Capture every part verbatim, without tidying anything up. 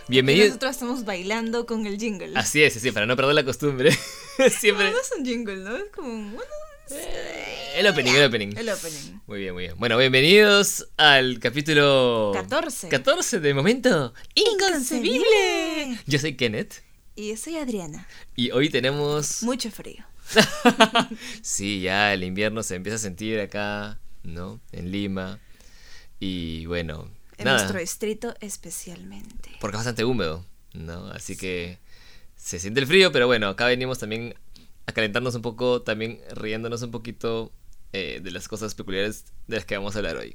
Bienvenido. Y nosotros estamos bailando con el jingle. Así es, sí, para no perder la costumbre. Siempre. No, no es un jingle, ¿no? Es como un... Bueno, Eh, el opening, el opening. el opening. Muy bien, muy bien. Bueno, bienvenidos al capítulo catorce. catorce de Momento Inconcebible. Inconcebible. Yo soy Kenneth. Y yo soy Adriana. Y hoy tenemos... Mucho frío. Sí, ya el invierno se empieza a sentir acá, ¿no? En Lima. Y bueno, En nada, nuestro distrito especialmente. porque es bastante húmedo, ¿no? Así que se siente el frío, pero bueno, acá venimos también a calentarnos un poco, también riéndonos un poquito eh, de las cosas peculiares de las que vamos a hablar hoy.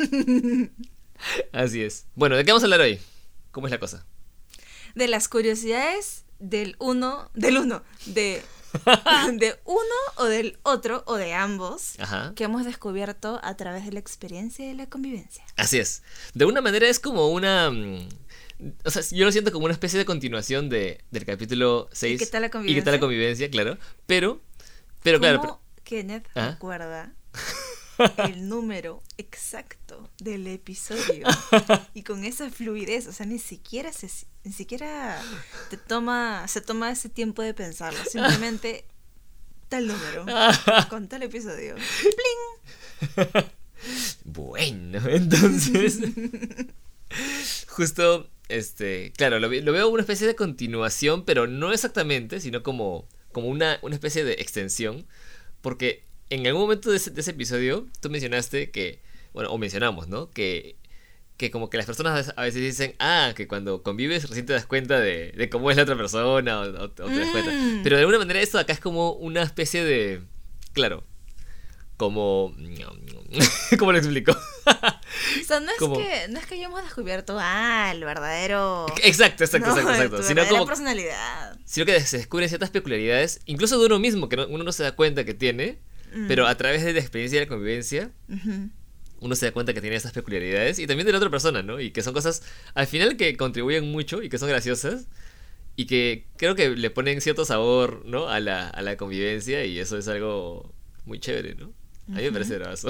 Así es. Bueno, ¿de qué vamos a hablar hoy? ¿Cómo es la cosa? De las curiosidades del uno, del uno, de, de uno o del otro o de ambos Ajá. que hemos descubierto a través de la experiencia de la convivencia. Así es. De una manera es como una... mm, O sea, yo lo siento como una especie de continuación de, del capítulo seis. ¿Y qué tal la ¿Y qué convivencia? tal la convivencia? Claro. Pero, pero ¿Cómo claro. pero- Kenneth ¿Ah? recuerda el número exacto del episodio y con esa fluidez, o sea, ni siquiera se, ni siquiera te toma, se toma ese tiempo de pensarlo, simplemente tal número con tal episodio. ¡Pling! Bueno, entonces... Justo, este... Claro, lo, ve- lo veo como una especie de continuación, pero no exactamente, sino como, como una, una especie de extensión. Porque en algún momento de ese, de ese episodio, tú mencionaste que... Bueno, o mencionamos, ¿no? Que... Que como que las personas a veces dicen, ah, que cuando convives recién te das cuenta de, de cómo es la otra persona o, o- o te das cuenta. Mm. Pero de alguna manera esto de acá es como una especie de... Claro, como... ¿Cómo lo explico? O sea, no es, Como- que, no es que hayamos descubierto, ah, el verdadero... Exacto, exacto, no, exacto, exacto. tu Sino verdadera como... personalidad. Sino que se descubren ciertas peculiaridades, incluso de uno mismo, que no- uno no se da cuenta que tiene, Mm. pero a través de la experiencia de la convivencia, Ujú. uno se da cuenta que tiene esas peculiaridades, y también de la otra persona, ¿no? Y que son cosas, al final, que contribuyen mucho y que son graciosas, y que creo que le ponen cierto sabor, ¿no? A la, a la convivencia, y eso es algo muy chévere, ¿no? A mí me parece bravazo.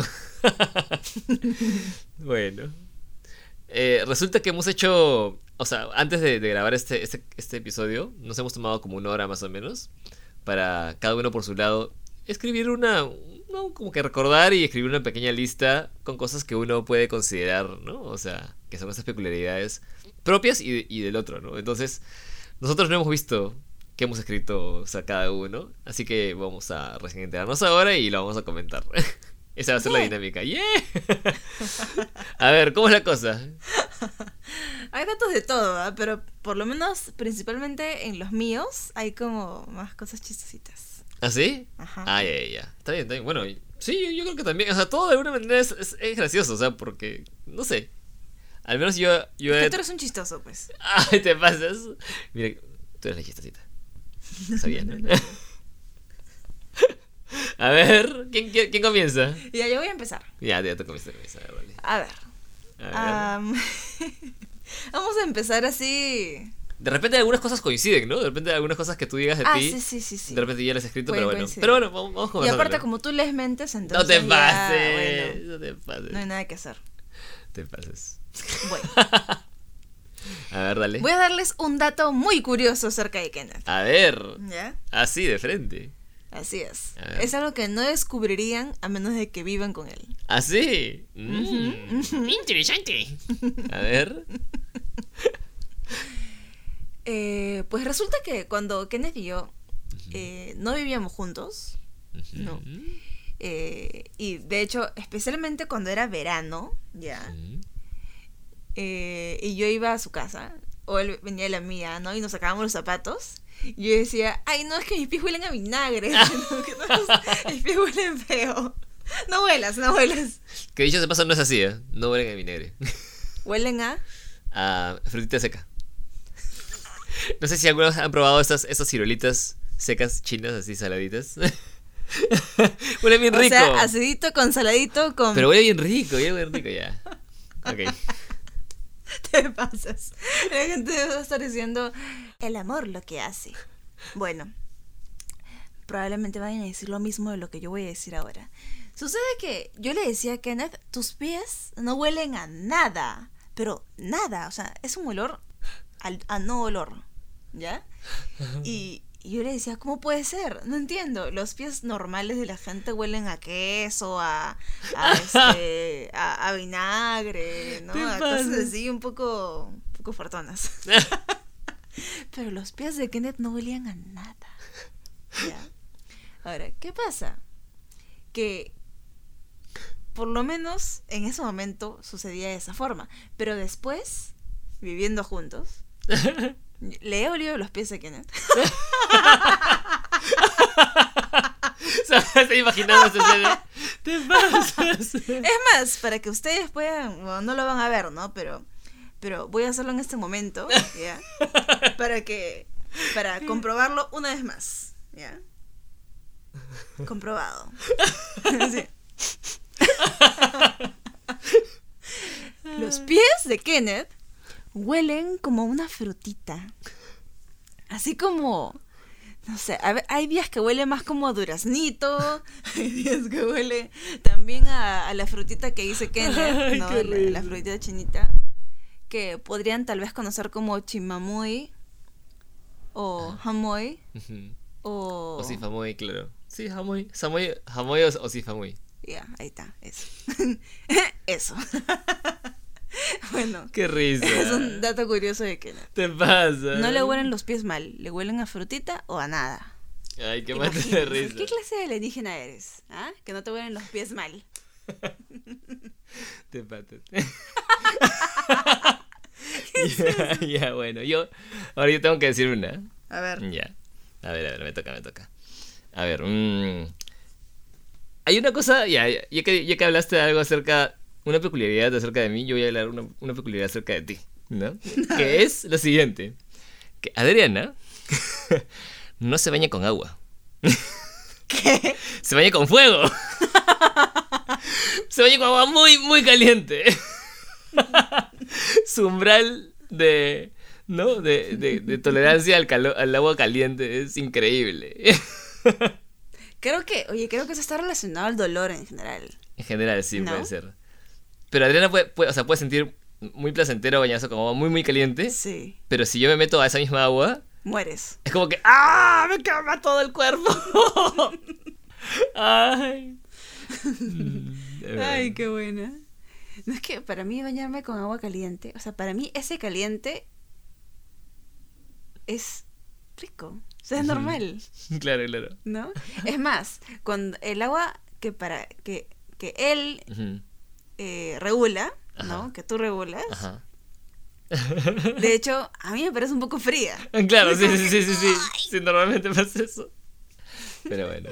Bueno. Eh, resulta que hemos hecho, o sea, antes de, de grabar este, este, este episodio, nos hemos tomado como una hora más o menos para cada uno por su lado escribir una, no, como que recordar y escribir una pequeña lista con cosas que uno puede considerar, ¿no? O sea, que son esas peculiaridades propias y, de- y del otro, ¿no? Entonces, nosotros no hemos visto qué hemos escrito, o sea, cada uno, así que vamos a recién enterarnos ahora y lo vamos a comentar. Esa va a ser la Bien. dinámica. ¡Yeah! A ver, ¿cómo es la cosa? Hay datos de todo, ¿ah? Pero por lo menos, principalmente en los míos, hay como más cosas chistositas. ¿Ah, sí? Ajá. Ah, ya, ya, ya. Está bien, está bien. Bueno, sí, yo, yo creo que también. O sea, todo de alguna manera es, es, es gracioso, o sea, porque. No sé. Al menos yo. yo Es que he... tú eres un chistoso, pues. Ay, te pasas. Mira, tú eres la chistosita. Sabía, ¿no? A ver, ¿quién, quién, quién comienza? Ya, yo voy a empezar. Ya, ya tú comienzas, comienza. A ver, dale. A ver. A ver. am, vamos a empezar así. De repente algunas cosas coinciden, ¿no? De repente algunas cosas que tú digas de Ah, ti. sí, sí, sí, sí. De repente ya las has escrito, Pueden pero bueno. coincidir. Pero bueno, vamos, vamos Y conversando, aparte, ¿no? como tú lees mentes, No entonces. te ya, pases. bueno, No te pases. no hay nada que hacer. Te pases. Bueno, A ver, dale. voy a darles un dato muy curioso acerca de Kenneth. A ver. ¿Ya? Así, de frente. Así es. A ver. Es algo que no descubrirían a menos de que vivan con él. Así. Mm, Interesante. A ver. Eh, pues resulta que cuando Kenneth y yo eh, no vivíamos juntos, no. eh, y de hecho, especialmente cuando era verano, ya, eh, y yo iba a su casa, o él venía de la mía, ¿no? Y nos sacábamos los zapatos. Y yo decía, ay, no, es que mis pies huelen a vinagre. No, que no, mis pies huelen feo. No huelas, no huelas. Que dicho de paso no es así, ¿eh? No huelen a vinagre. Huelen a... A frutita seca. No sé si algunos han probado estas, estas ciruelitas secas chinas, así saladitas. Huele bien O rico. sea, acidito con saladito con... Pero huele bien rico, huele bien rico ya. Ok. Te pasas. La gente va a estar diciendo, el amor lo que hace. Bueno, probablemente vayan a decir lo mismo de lo que yo voy a decir ahora. Sucede que yo le decía a Kenneth, tus pies no huelen a nada, pero nada, o sea, es un olor al, a no olor, ¿ya? Y, y yo le decía, ¿cómo puede ser? No entiendo. Los pies normales de la gente huelen a queso, a, a, este, a, a vinagre, ¿no? A cosas así un poco, un poco fartonas. Pero los pies de Kenneth no olían a nada. ¿Ya? Ahora, ¿qué pasa? Que por lo menos en ese momento sucedía de esa forma. Pero después, viviendo juntos, le he olido los pies a Kenneth. Estoy imaginando esa escena. Te pasas. Es más, para que ustedes puedan, bueno, no lo van a ver, ¿no? Pero, pero voy a hacerlo en este momento, ¿ya? Para que, para comprobarlo una vez más, ¿ya? Comprobado. Sí. Los pies de Kenneth huelen como una frutita. Así como, no sé, a ver, hay días que huele más como a duraznito, hay días que huele también a, a la frutita que dice Kenneth, Ay, ¿no? qué La, la frutita chinita, que podrían tal vez conocer como chimamuy o jamoy Ujú. o... O sifamoy, claro. Sí, jamoy. Samoy, jamoy o, o sifamoy. Ya, ahí está, eso. Eso. Bueno, Qué risa. es un dato curioso de Kenneth. Te pasa. No le huelen los pies mal, le huelen a frutita o a nada. Ay, qué mate de Imagínense, risa. ¿qué clase de alienígena eres? ¿Ah? Que no te huelen los pies mal. Te patas. Ya, ya, bueno. Yo, ahora yo tengo que decir una. A ver. Ya. A ver, a ver, me toca, me toca. A ver, mmm. Hay una cosa, ya, ya, ya que, ya que hablaste de algo acerca, una peculiaridad acerca de mí, yo voy a hablar una, una peculiaridad acerca de ti, ¿no? Que es lo siguiente, que Adriana no se baña con agua. ¿Qué? Se baña con fuego. Se baña con agua muy, muy caliente. Su umbral de, ¿no? de, de, de tolerancia al, calor, al agua caliente es increíble. Creo que, oye, creo que eso está relacionado al dolor en general. En general, sí, ¿No? puede ser. Pero Adriana puede, puede, o sea, puede sentir muy placentero bañarse con agua muy, muy caliente. Sí. Pero si yo me meto a esa misma agua, Mueres. es como que ¡ah! Me quema todo el cuerpo. Ay. Ay, qué buena. No, es que para mí bañarme con agua caliente, o sea, para mí ese caliente es rico. O sea, es normal, Claro, claro. ¿no? Es más, con el agua que para que, que él Ujú. eh, regula, Ajá. ¿no? Que tú regulas. Ajá. De hecho, a mí me parece un poco fría. Claro, sí, sí, sí, sí, sí. Sí, normalmente pasa eso. Pero bueno.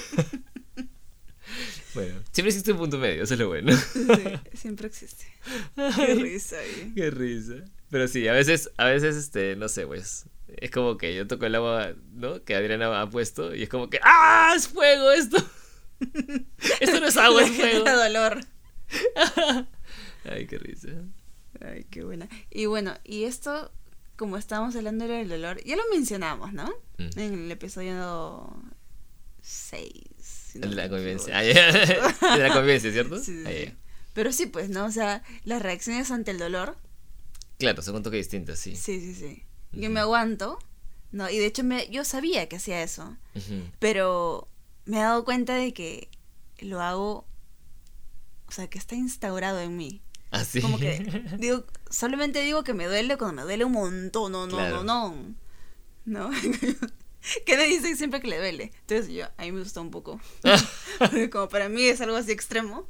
Bueno, siempre existe un punto medio, eso es lo bueno. Sí, siempre existe. Qué risa ahí. Qué risa. Pero sí, a veces, a veces, este, no sé, pues. Es como que yo toco el agua, ¿no? Que Adriana ha puesto. Y es como que ¡ah! ¡Es fuego esto! Esto no es agua, es fuego. Da dolor. Ay, qué risa. Ay, qué buena. Y bueno, y esto, como estábamos hablando del dolor, ya lo mencionamos, ¿no? Mm. En el episodio seis. Si no El de la me convivencia. equivoco. Ah, ya. De la convivencia, ¿cierto? Sí, sí, Ah, sí. ya. Pero sí, pues, ¿no? O sea, las reacciones ante el dolor, Claro, son un toque distintas, sí. sí, sí, sí. Yo Ujú. me aguanto, ¿no? Y de hecho me, yo sabía que hacía eso, Ujú. pero me he dado cuenta de que lo hago, o sea, que está instaurado en mí. Ah, sí. Como que digo, solamente digo que me duele cuando me duele un montón, no, no, Claro. no, no. ¿No? ¿Qué me dice siempre que le duele? Entonces yo, a mí me gusta un poco. Como para mí es algo así extremo.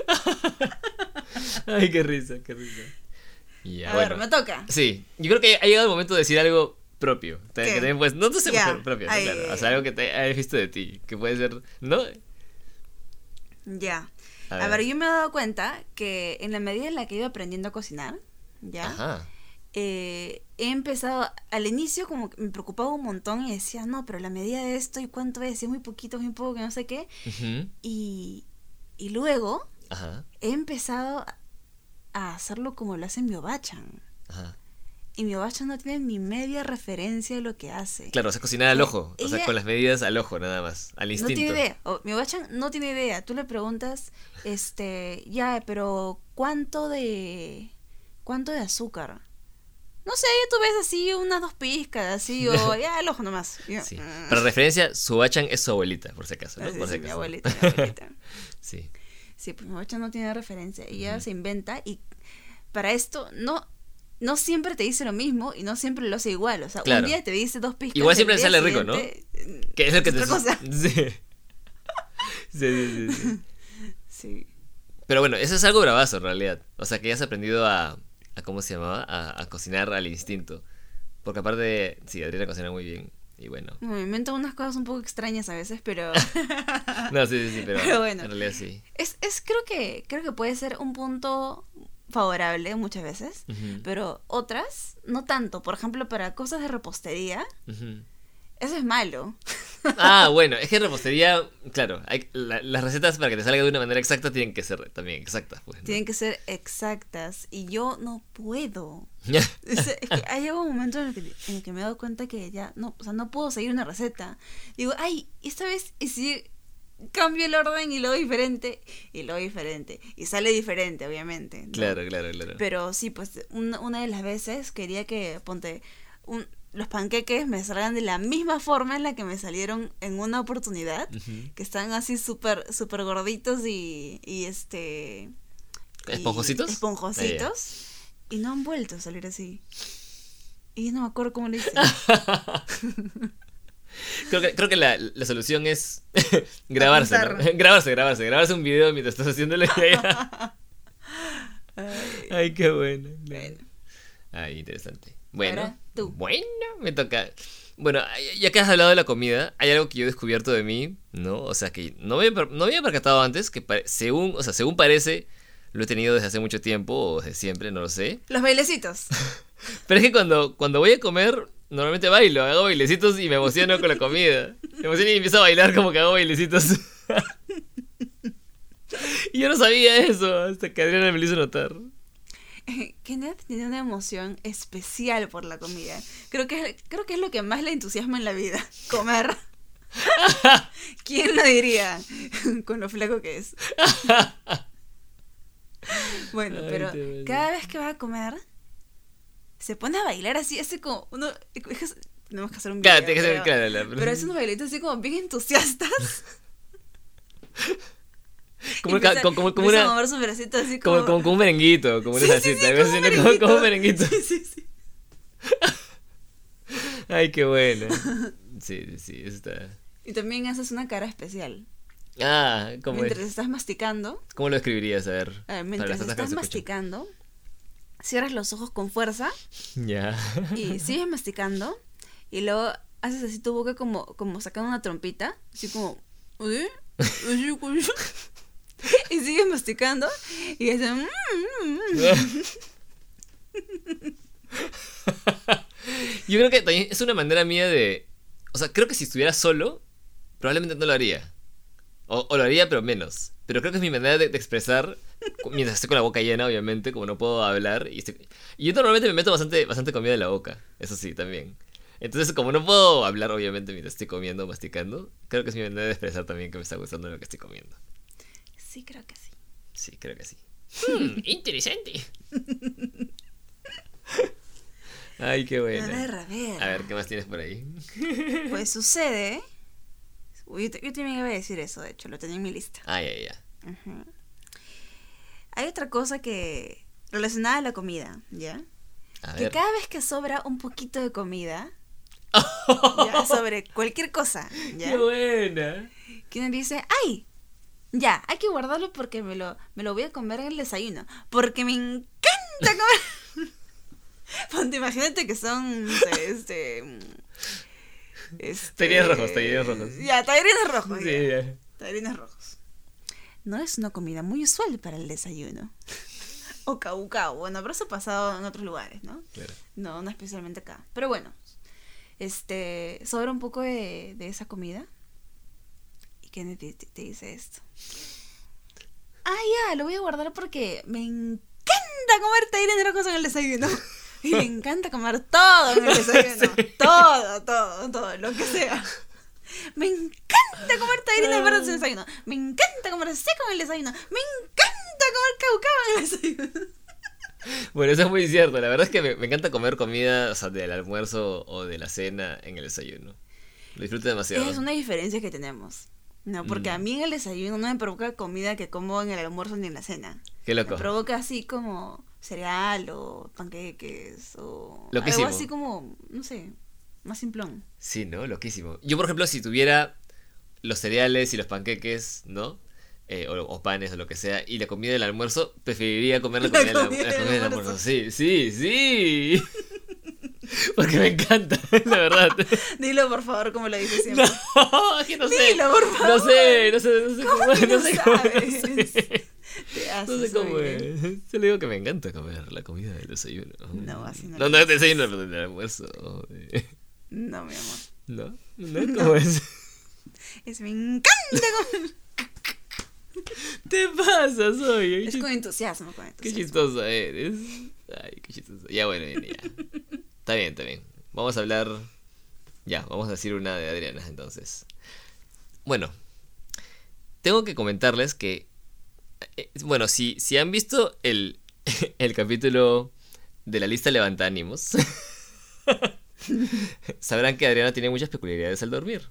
Ay, qué risa, qué risa. Ya, A bueno. ver, me toca. Sí, yo creo que ha llegado el momento de decir algo propio. Te- ¿Qué? Que también, pues, no te sé Ya, propio, ¿no? ahí, Claro. ahí, O sea, ahí. algo que te hayas visto de ti, que puede ser, ¿no? Ya. A A, ver. ver, yo me he dado cuenta que en la medida en la que iba aprendiendo a cocinar, ya, Ajá. eh, he empezado, al inicio como que me preocupaba un montón y decía, no, pero la medida de esto y cuánto es, si es muy poquito, es muy poco, que no sé qué. Ujú. Y, y luego Ajá. he empezado a hacerlo como lo hace mi Obachan. Ajá. Y mi Obachan no tiene ni media referencia de lo que hace. Claro, o sea, cocinar al Eh, ojo. O sea, ella- con las medidas al ojo, nada más. Al No instinto. tiene idea. O, mi Obachan no tiene idea. Tú le preguntas, este, ya, pero ¿cuánto de cuánto de azúcar? no sé, tú ves así unas dos pizcas, así, o ya el ojo nomás. Yo, Sí. mm. Para referencia, Subachan es su abuelita, por si acaso, ¿no? Sí, Por si sí, mi acaso. abuelita, mi abuelita. Sí. Sí, pues mi abuelita no tiene referencia. Y ella Ujú. se inventa y para esto no, no siempre te dice lo mismo y no siempre lo hace igual. O sea, Claro. un día te dice dos pizcas. Igual el siempre día sale rico, ¿no? siguiente, Que es lo que es te... otra cosa. Sí. Sí, sí, sí, sí. Sí. Pero bueno, eso es algo bravazo en realidad. O sea, que ya has aprendido a, a ¿cómo se llamaba? A, a cocinar al instinto. Porque aparte, sí, Adriana cocina muy bien. Y bueno. Me invento unas cosas un poco extrañas a veces, pero No, sí, sí, sí, pero, Pero bueno. en realidad sí. es, es creo que creo que puede ser un punto favorable muchas veces, Ujú, pero otras no tanto. Por ejemplo, para cosas de repostería, ujú. eso es malo. Ah, bueno, es que en repostería, claro, hay, la- las recetas para que te salga de una manera exacta tienen que ser también exactas, pues, ¿no? Tienen que ser exactas y yo no puedo. Es, es que hay un momento en el, que, en el que me he dado cuenta que ya no, o sea, no puedo seguir una receta. Digo, ay, esta vez y si cambio el orden y lo hago diferente y lo hago diferente y sale diferente, obviamente, ¿no? Claro, claro, claro. Pero sí, pues una, una de las veces quería que, ponte, un, los panqueques me salgan de la misma forma en la que me salieron en una oportunidad, Ujú. que están así súper súper gorditos y, y este... y ¿Esponjositos? Esponjositos. Y no han vuelto a salir así. Y yo no me acuerdo cómo lo hice. Creo que, creo que la, la solución es grabarse, ¿no? Apuntar. Grabarse, grabarse, grabarse un video mientras estás haciéndolo. y ya- Ay, Ay, qué bueno. bueno. Ay, interesante. Bueno, Ahora tú. bueno, me toca. Bueno, ya que has hablado de la comida, hay algo que yo he descubierto de mí, ¿no? O sea, que no me, había per- no me había percatado antes, que pare- según, o sea, según parece, lo he tenido desde hace mucho tiempo, o desde siempre, no lo sé. Los bailecitos. Pero es que cuando, cuando voy a comer, normalmente bailo, hago bailecitos y me emociono con la comida. Me emociono y empiezo a bailar como que hago bailecitos. Y yo no sabía eso, hasta que Adriana me lo hizo notar. Kenneth tiene una emoción especial por la comida. Creo que, creo que es lo que más le entusiasma en la vida. Comer. ¿Quién lo diría? Con lo flaco que es. Bueno, Ay, pero te ves. cada vez que va a comer, se pone a bailar así, hace como uno... es que- tenemos que hacer un video. Claro, tienes que ser pero, claro. la- pero hace unos bailitos así como bien entusiastas. Como, Empieza- ca- como, como, como empieza a una, mover su bracito así como... como, como, como un merenguito, como una Sí, sí, salsita, sí, algo como así, un ¿no? Como, como un merenguito. merenguito. Sí, sí, sí. Ay, qué bueno. Sí, sí, sí, eso está. Y también haces una cara especial. Ah, ¿cómo Mientras es? estás masticando, ¿Cómo lo escribirías? A ver. a ver, para mientras las personas que estás nos escuchan. masticando, cierras los ojos con fuerza Ya. y sigues masticando y luego haces así tu boca como, como sacando una trompita, así como... ¿eh? Y sigues masticando y haces... mm, mm, mm. Yo creo que también es una manera mía de. O sea, creo que si estuviera solo, probablemente no lo haría. O, o lo haría, pero menos. Pero creo que es mi manera de, de expresar mientras estoy con la boca llena, obviamente, como no puedo hablar. Y, estoy- y yo normalmente me meto bastante, bastante comida en la boca. Eso sí, también. Entonces, como no puedo hablar, obviamente, mientras estoy comiendo o masticando, creo que es mi manera de expresar también que me está gustando lo que estoy comiendo. Sí, creo que sí. Sí, creo que sí. Hmm, interesante. Ay, qué A bueno. ver, a ver. A ver, ¿qué más tienes por ahí? Pues sucede... Uy, yo, te- yo también iba a decir eso, de hecho, lo tenía en mi lista. Ay, ay, ay. Ujú. Hay otra cosa que... relacionada a la comida, ¿ya? A Que ver. cada vez que sobra un poquito de comida, ya, sobre cualquier cosa, ¿ya? ¡Qué buena! Que uno dice, ¡ay! Ya, hay que guardarlo porque me lo, me lo voy a comer en el desayuno. Porque me encanta comer. Ponte, imagínate que son, no sé, este... este Tallarines rojos, tallarines rojos. Ya, tallarines rojos. Sí, ya. ya. Tallarines rojos. No es una comida muy usual para el desayuno. O caucao. Bueno, pero eso ha pasado en otros lugares, ¿no? Claro. No, no especialmente acá. Pero bueno, este, sobra un poco de, de esa comida. ¿Y Kenneth te, te- te dice esto? Ah, ya, lo voy a guardar porque me encanta comer tallarines rojos en el desayuno. Y me encanta comer todo en el desayuno. Todo, todo, todo, lo que sea. Me encanta comer tallarines verdes en el desayuno. Me encanta comer seco en el desayuno. Me encanta comer caucao en el desayuno. Bueno, eso es muy cierto. La verdad es que me, me encanta comer comida, o sea, del almuerzo o de la cena en el desayuno. Lo disfruto demasiado. Es una diferencia que tenemos. No, porque Mm. a mí en el desayuno no me provoca comida que como en el almuerzo ni en la cena. Qué loco. Me provoca así como cereal o panqueques o Loquísimo. algo así como, no sé, más simplón. Sí, ¿no? Loquísimo. Yo, por ejemplo, si tuviera los cereales y los panqueques, ¿no? Eh, o, o panes o lo que sea, y la comida del almuerzo, preferiría comer la La comida, del, comida la del comida del almuerzo. almuerzo. Sí, sí, sí. Porque me encanta, la verdad. Dilo por favor como lo dices siempre. No, es que no sé. Dilo, por favor. No sé, no sé, no sé ¿Cómo cómo, que no no sé cómo, no sabes? sé. Te No haces sé cómo oír. es. Yo le digo que me encanta comer la comida del desayuno. No, así no No, lo no, del dices. desayuno, pero del almuerzo. de- No, mi amor. ¿No? ¿No? ¿Cómo es? Es me encanta comer. ¿Te pasa, soy? Es con entusiasmo, con Qué entusiasmo. chistosa eres. Ay, qué chistosa. Ya, bueno, ya, ya. Está bien, está bien. Vamos a hablar. Ya, vamos a decir una de Adriana, entonces. Bueno, tengo que comentarles que. eh, Bueno, si, si han visto el, el capítulo de la lista Levanta Ánimos, sabrán que Adriana tiene muchas peculiaridades al dormir.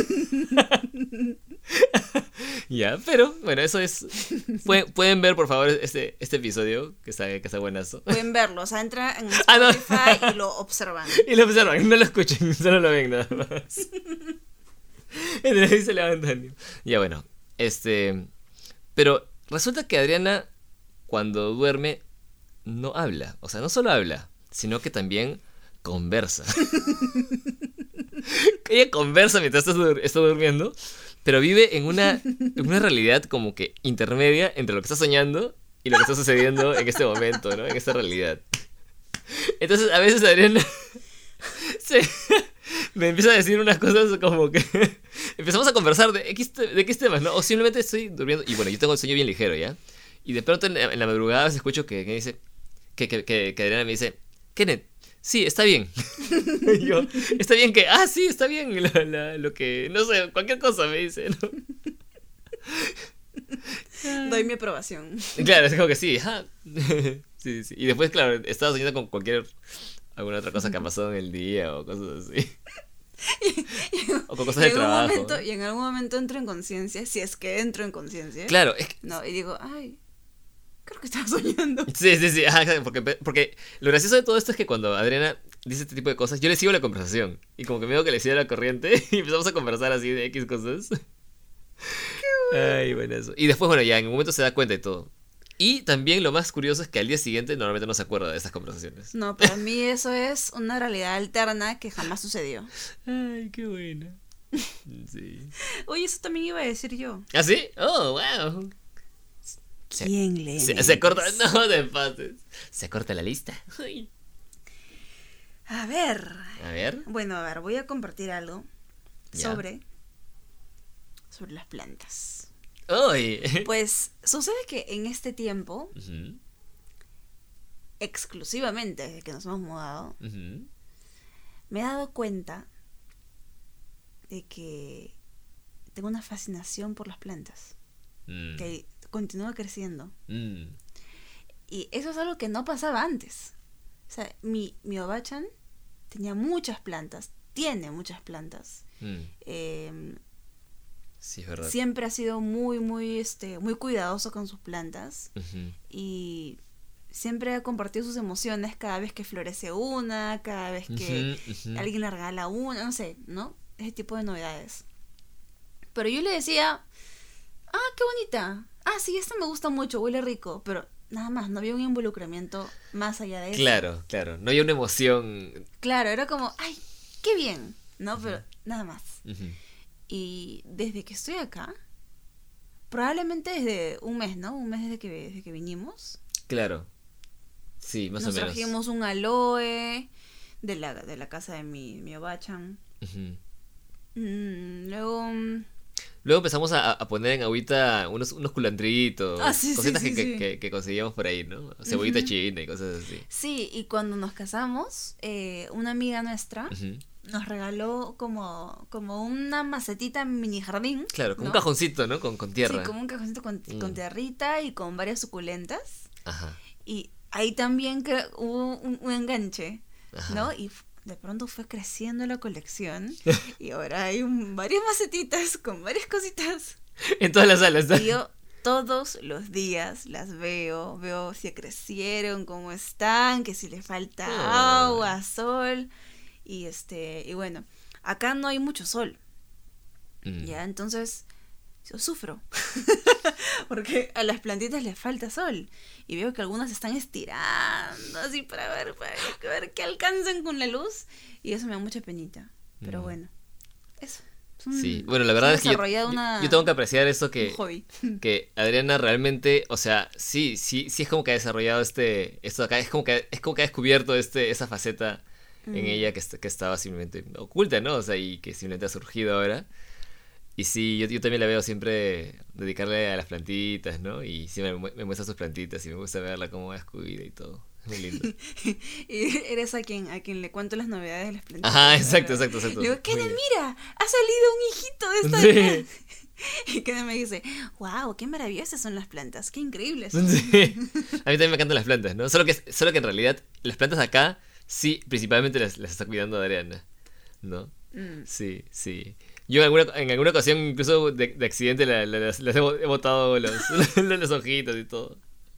Ya, pero bueno, eso es. Pueden, pueden ver, por favor, este, este episodio, que está, que está buenazo. Pueden verlo, o sea, entra en Ah, no. Spotify y lo observan. Y lo observan, no lo escuchen, solo lo ven nada más. Entonces ahí se levantan. Ya bueno, este. Pero resulta que Adriana, cuando duerme, no habla. O sea, no solo habla, sino que también conversa. Ella conversa mientras está, dur- está durmiendo, pero vive en una, en una realidad como que intermedia entre lo que está soñando y lo que está sucediendo en este momento, ¿no? En esta realidad. Entonces, a veces Adriana se, me empieza a decir unas cosas como que empezamos a conversar de X, te- de X temas, ¿no? O simplemente estoy durmiendo. Y bueno, yo tengo el sueño bien ligero, ¿ya? Y de pronto en la, en la madrugada a veces escucho que, que dice. Que, que, que, que Adriana me dice: Kenneth, sí, está bien. Y yo, está bien que. Ah, sí, está bien. la- la- lo que. No sé, cualquier cosa me dice, ¿no? Doy mi aprobación. Claro, es como que sí, ajá. Sí, sí. Y después, claro, estaba soñando con cualquier. Alguna otra cosa que ha pasado en el día o cosas así. O con cosas y, de en un trabajo. momento, y en algún momento entro en conciencia, si es que entro en conciencia. Claro, es que. No, y digo, ay, creo que estaba soñando. Sí, sí, sí, ajá, exacto, porque, porque lo gracioso de todo esto es que cuando Adriana dice este tipo de cosas, yo le sigo la conversación. Y como que me veo que le sigo la corriente y empezamos a conversar así de X cosas. Qué bueno. Ay, bueno, eso. Y después, bueno, ya en un momento se da cuenta de todo. Y también lo más curioso es que al día siguiente normalmente no se acuerda de esas conversaciones. No, para mí eso es una realidad alterna que jamás sucedió. Ay, qué bueno. Sí. Oye, eso también iba a decir yo. ¿Ah, sí? Oh, wow. Se, ¿Quién lee? se, se corta. No te pases. Se corta la lista. Ay. A ver. A ver. Bueno, a ver, voy a compartir algo Ya. sobre sobre las plantas. ¡Ay! Pues sucede que en este tiempo, Ujú, exclusivamente desde que nos hemos mudado, ujú. me he dado cuenta de que tengo una fascinación por las plantas, Mm, que continúa creciendo. mm, Y eso es algo que no pasaba antes. O sea, mi, mi Obachan tenía muchas plantas, tiene muchas plantas. mm. Eh, Sí, es verdad. siempre ha sido muy, muy, este, muy cuidadoso con sus plantas. Ujú, Y siempre ha compartido sus emociones cada vez que florece una, cada vez que ujú, ujú. alguien le regala una, no sé, ¿no? Ese tipo de novedades. Pero yo le decía, ah, qué bonita. Ah, sí, esta me gusta mucho, huele rico. Pero nada más, no había un involucramiento más allá de eso. Claro, claro. No hay una emoción. Claro, era como, ay, qué bien, ¿no? Pero nada más. Ujú. Y desde que estoy acá, probablemente desde un mes, ¿no? Un mes desde que, desde que vinimos. Claro. Sí, más Nos o menos. trajimos un aloe de la, de la casa de mi, mi Obachan. Ujú. Mm, luego... mm, Luego empezamos a, a poner en agüita unos, unos culandritos, Ah, sí, sí, cositas sí, que, sí. Que, que, que conseguíamos por ahí, ¿no? Cebollita Ujú. china y cosas así. Sí, y cuando nos casamos, eh, una amiga nuestra Ujú. nos regaló como, como una macetita mini jardín. Claro, con ¿no? un cajoncito, ¿no? Con, con tierra. Sí, como un cajoncito con, Mm. con tierrita y con varias suculentas. Ajá. Y ahí también que hubo un, un enganche, Ajá. ¿no? Y de pronto fue creciendo la colección y ahora hay un, varias macetitas con varias cositas. En todas las salas, ¿no? Y yo todos los días las veo, veo si crecieron, cómo están, que si les falta Ah. agua, sol. Y este, y bueno, acá no hay mucho sol, Mm. ¿ya? Entonces yo sufro. Porque a las plantitas les falta sol. Y veo que algunas se están estirando así para ver, para ver que alcancen con la luz. Y eso me da mucha penita. Pero Mm. bueno, eso. Es un- Sí, bueno, la verdad he es que yo, desarrollado yo- una- yo tengo que apreciar eso que, un hobby. que Adriana realmente, o sea, sí, sí, sí es como que ha desarrollado este, esto de acá, es como que, es como que ha descubierto este, esa faceta en Mm. ella que, est- que estaba simplemente oculta, ¿no? O sea, y que simplemente ha surgido ahora. Y sí, yo, yo también la veo siempre dedicarle a las plantitas, ¿no? Y siempre me, mu- me muestra sus plantitas y me gusta verla cómo las cuida y todo. Es muy lindo. Y eres a quien, a quien le cuento las novedades de las plantitas. Ajá, exacto, exacto, exacto. Le digo, Kenneth, Muy bien. mira, ha salido un hijito de esta Sí. planta. Y Kenneth me dice, wow, qué maravillosas son las plantas, qué increíbles son. Sí. A mí también me encantan las plantas, ¿no? Solo que, solo que en realidad las plantas acá, sí, principalmente las, las está cuidando Adriana, ¿no? Mm. Sí, sí. Yo en alguna, en alguna ocasión, incluso de, de accidente, la- la- las, las he, bo- he botado los, los ojitos y todo.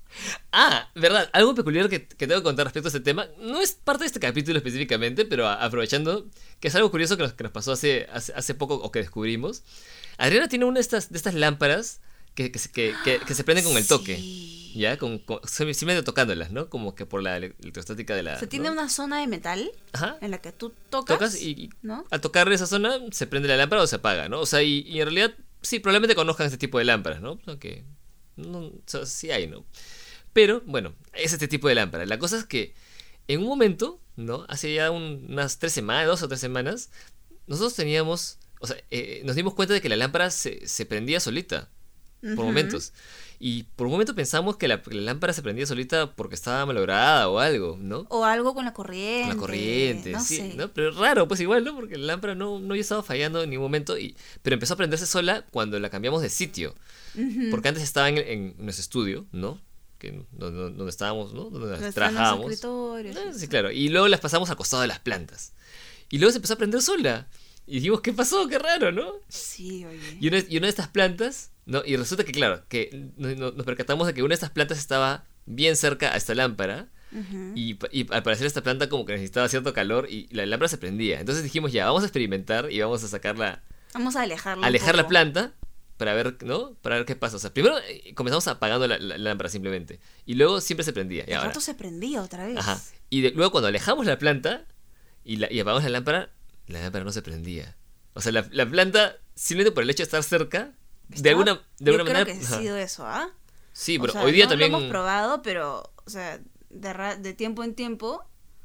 Ah, verdad, algo peculiar que, que tengo que contar respecto a este tema, no es parte de este capítulo específicamente, pero a- aprovechando, que es algo curioso que nos, que nos pasó hace, hace, hace poco o que descubrimos. Adriana tiene una de estas, de estas lámparas que, que, se- que, que, que se prenden con el toque, Sí. ¿ya? Con, con- simplemente tocándolas, ¿no? Como que por la ele- electrostática de la... O sea, tiene ¿no? una zona de metal Ajá. en la que tú tocas, Tocas y, y ¿no? al tocar esa zona se prende la lámpara o se apaga, ¿no? O sea, y, y en realidad, sí, probablemente conozcan este tipo de lámparas, ¿no? Aunque, no, o sea, sí hay, ¿no? Pero, bueno, es este tipo de lámpara. La cosa es que en un momento, ¿no? Hace ya un- unas tres semanas, dos o tres semanas, nosotros teníamos, o sea, eh, nos dimos cuenta de que la lámpara se, se prendía solita, por Ujú. momentos. Y por un momento pensamos que la, que la lámpara se prendía solita porque estaba malograda o algo, ¿no? O algo con la corriente. Con la corriente, no sí, sé. ¿no? Pero raro, pues igual, ¿no? Porque la lámpara no, no había estado fallando en ningún momento, y, pero empezó a prenderse sola cuando la cambiamos de sitio. Ujú. Porque antes estaba en, en nuestro estudio, ¿no? Que, donde, donde estábamos, ¿no? Donde Donde están los trabajábamos. escritorios, Ah, sí. sí, claro. Y luego las pasamos al costado de las plantas. Y luego se empezó a prender sola. Y dijimos, ¿qué pasó? Qué raro, ¿no? Sí, oye. Y una, y una de estas plantas, ¿no? Y resulta que, claro, que no- no- nos percatamos de que una de estas plantas estaba bien cerca a esta lámpara. Ujú. Y, pa- y al parecer esta planta como que necesitaba cierto calor y la lámpara se prendía. Entonces dijimos, ya, vamos a experimentar y vamos a sacarla, Vamos a alejarla. un alejar la poco. planta para ver, ¿no? Para ver qué pasa. O sea, primero eh, comenzamos apagando la, la- la lámpara simplemente. Y luego siempre se prendía. Y El ahora, rato se prendía otra vez. ajá. Y de- luego cuando alejamos la planta y, la, y apagamos la lámpara, la lámpara no se prendía. O sea, la, la planta, simplemente por el hecho de estar cerca, de Estaba- alguna, de Yo alguna creo manera... que ajá. ha sido eso, ¿ah? Sí, O pero sea, hoy día no también... lo hemos probado, pero, o sea, de, ra- de tiempo en tiempo,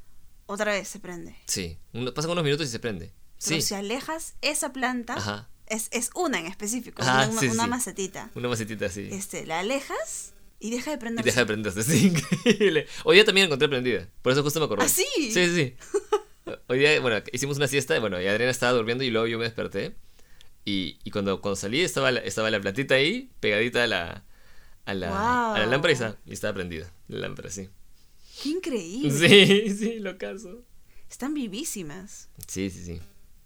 otra vez se prende. Sí, uno- pasan unos minutos y se prende. Pero Sí, si alejas esa planta, ajá. es, es una en específico, Ajá, una, sí, una sí. macetita. Una macetita así. Este, la alejas y deja de Y prender. deja de prenderse, es increíble. Hoy día también la encontré prendida, por eso justo me acordé. ¿Ah, sí? Sí, sí, sí. Hoy día, bueno, hicimos una siesta, bueno, y Adriana estaba durmiendo y luego yo me desperté. Y, y cuando, cuando salí estaba la, estaba la plantita ahí, pegadita a la, a la, Guau. a la lámpara y estaba, y estaba prendida. La lámpara, sí. ¡Qué increíble! Sí, sí, lo caso. Están vivísimas. Sí, sí, sí.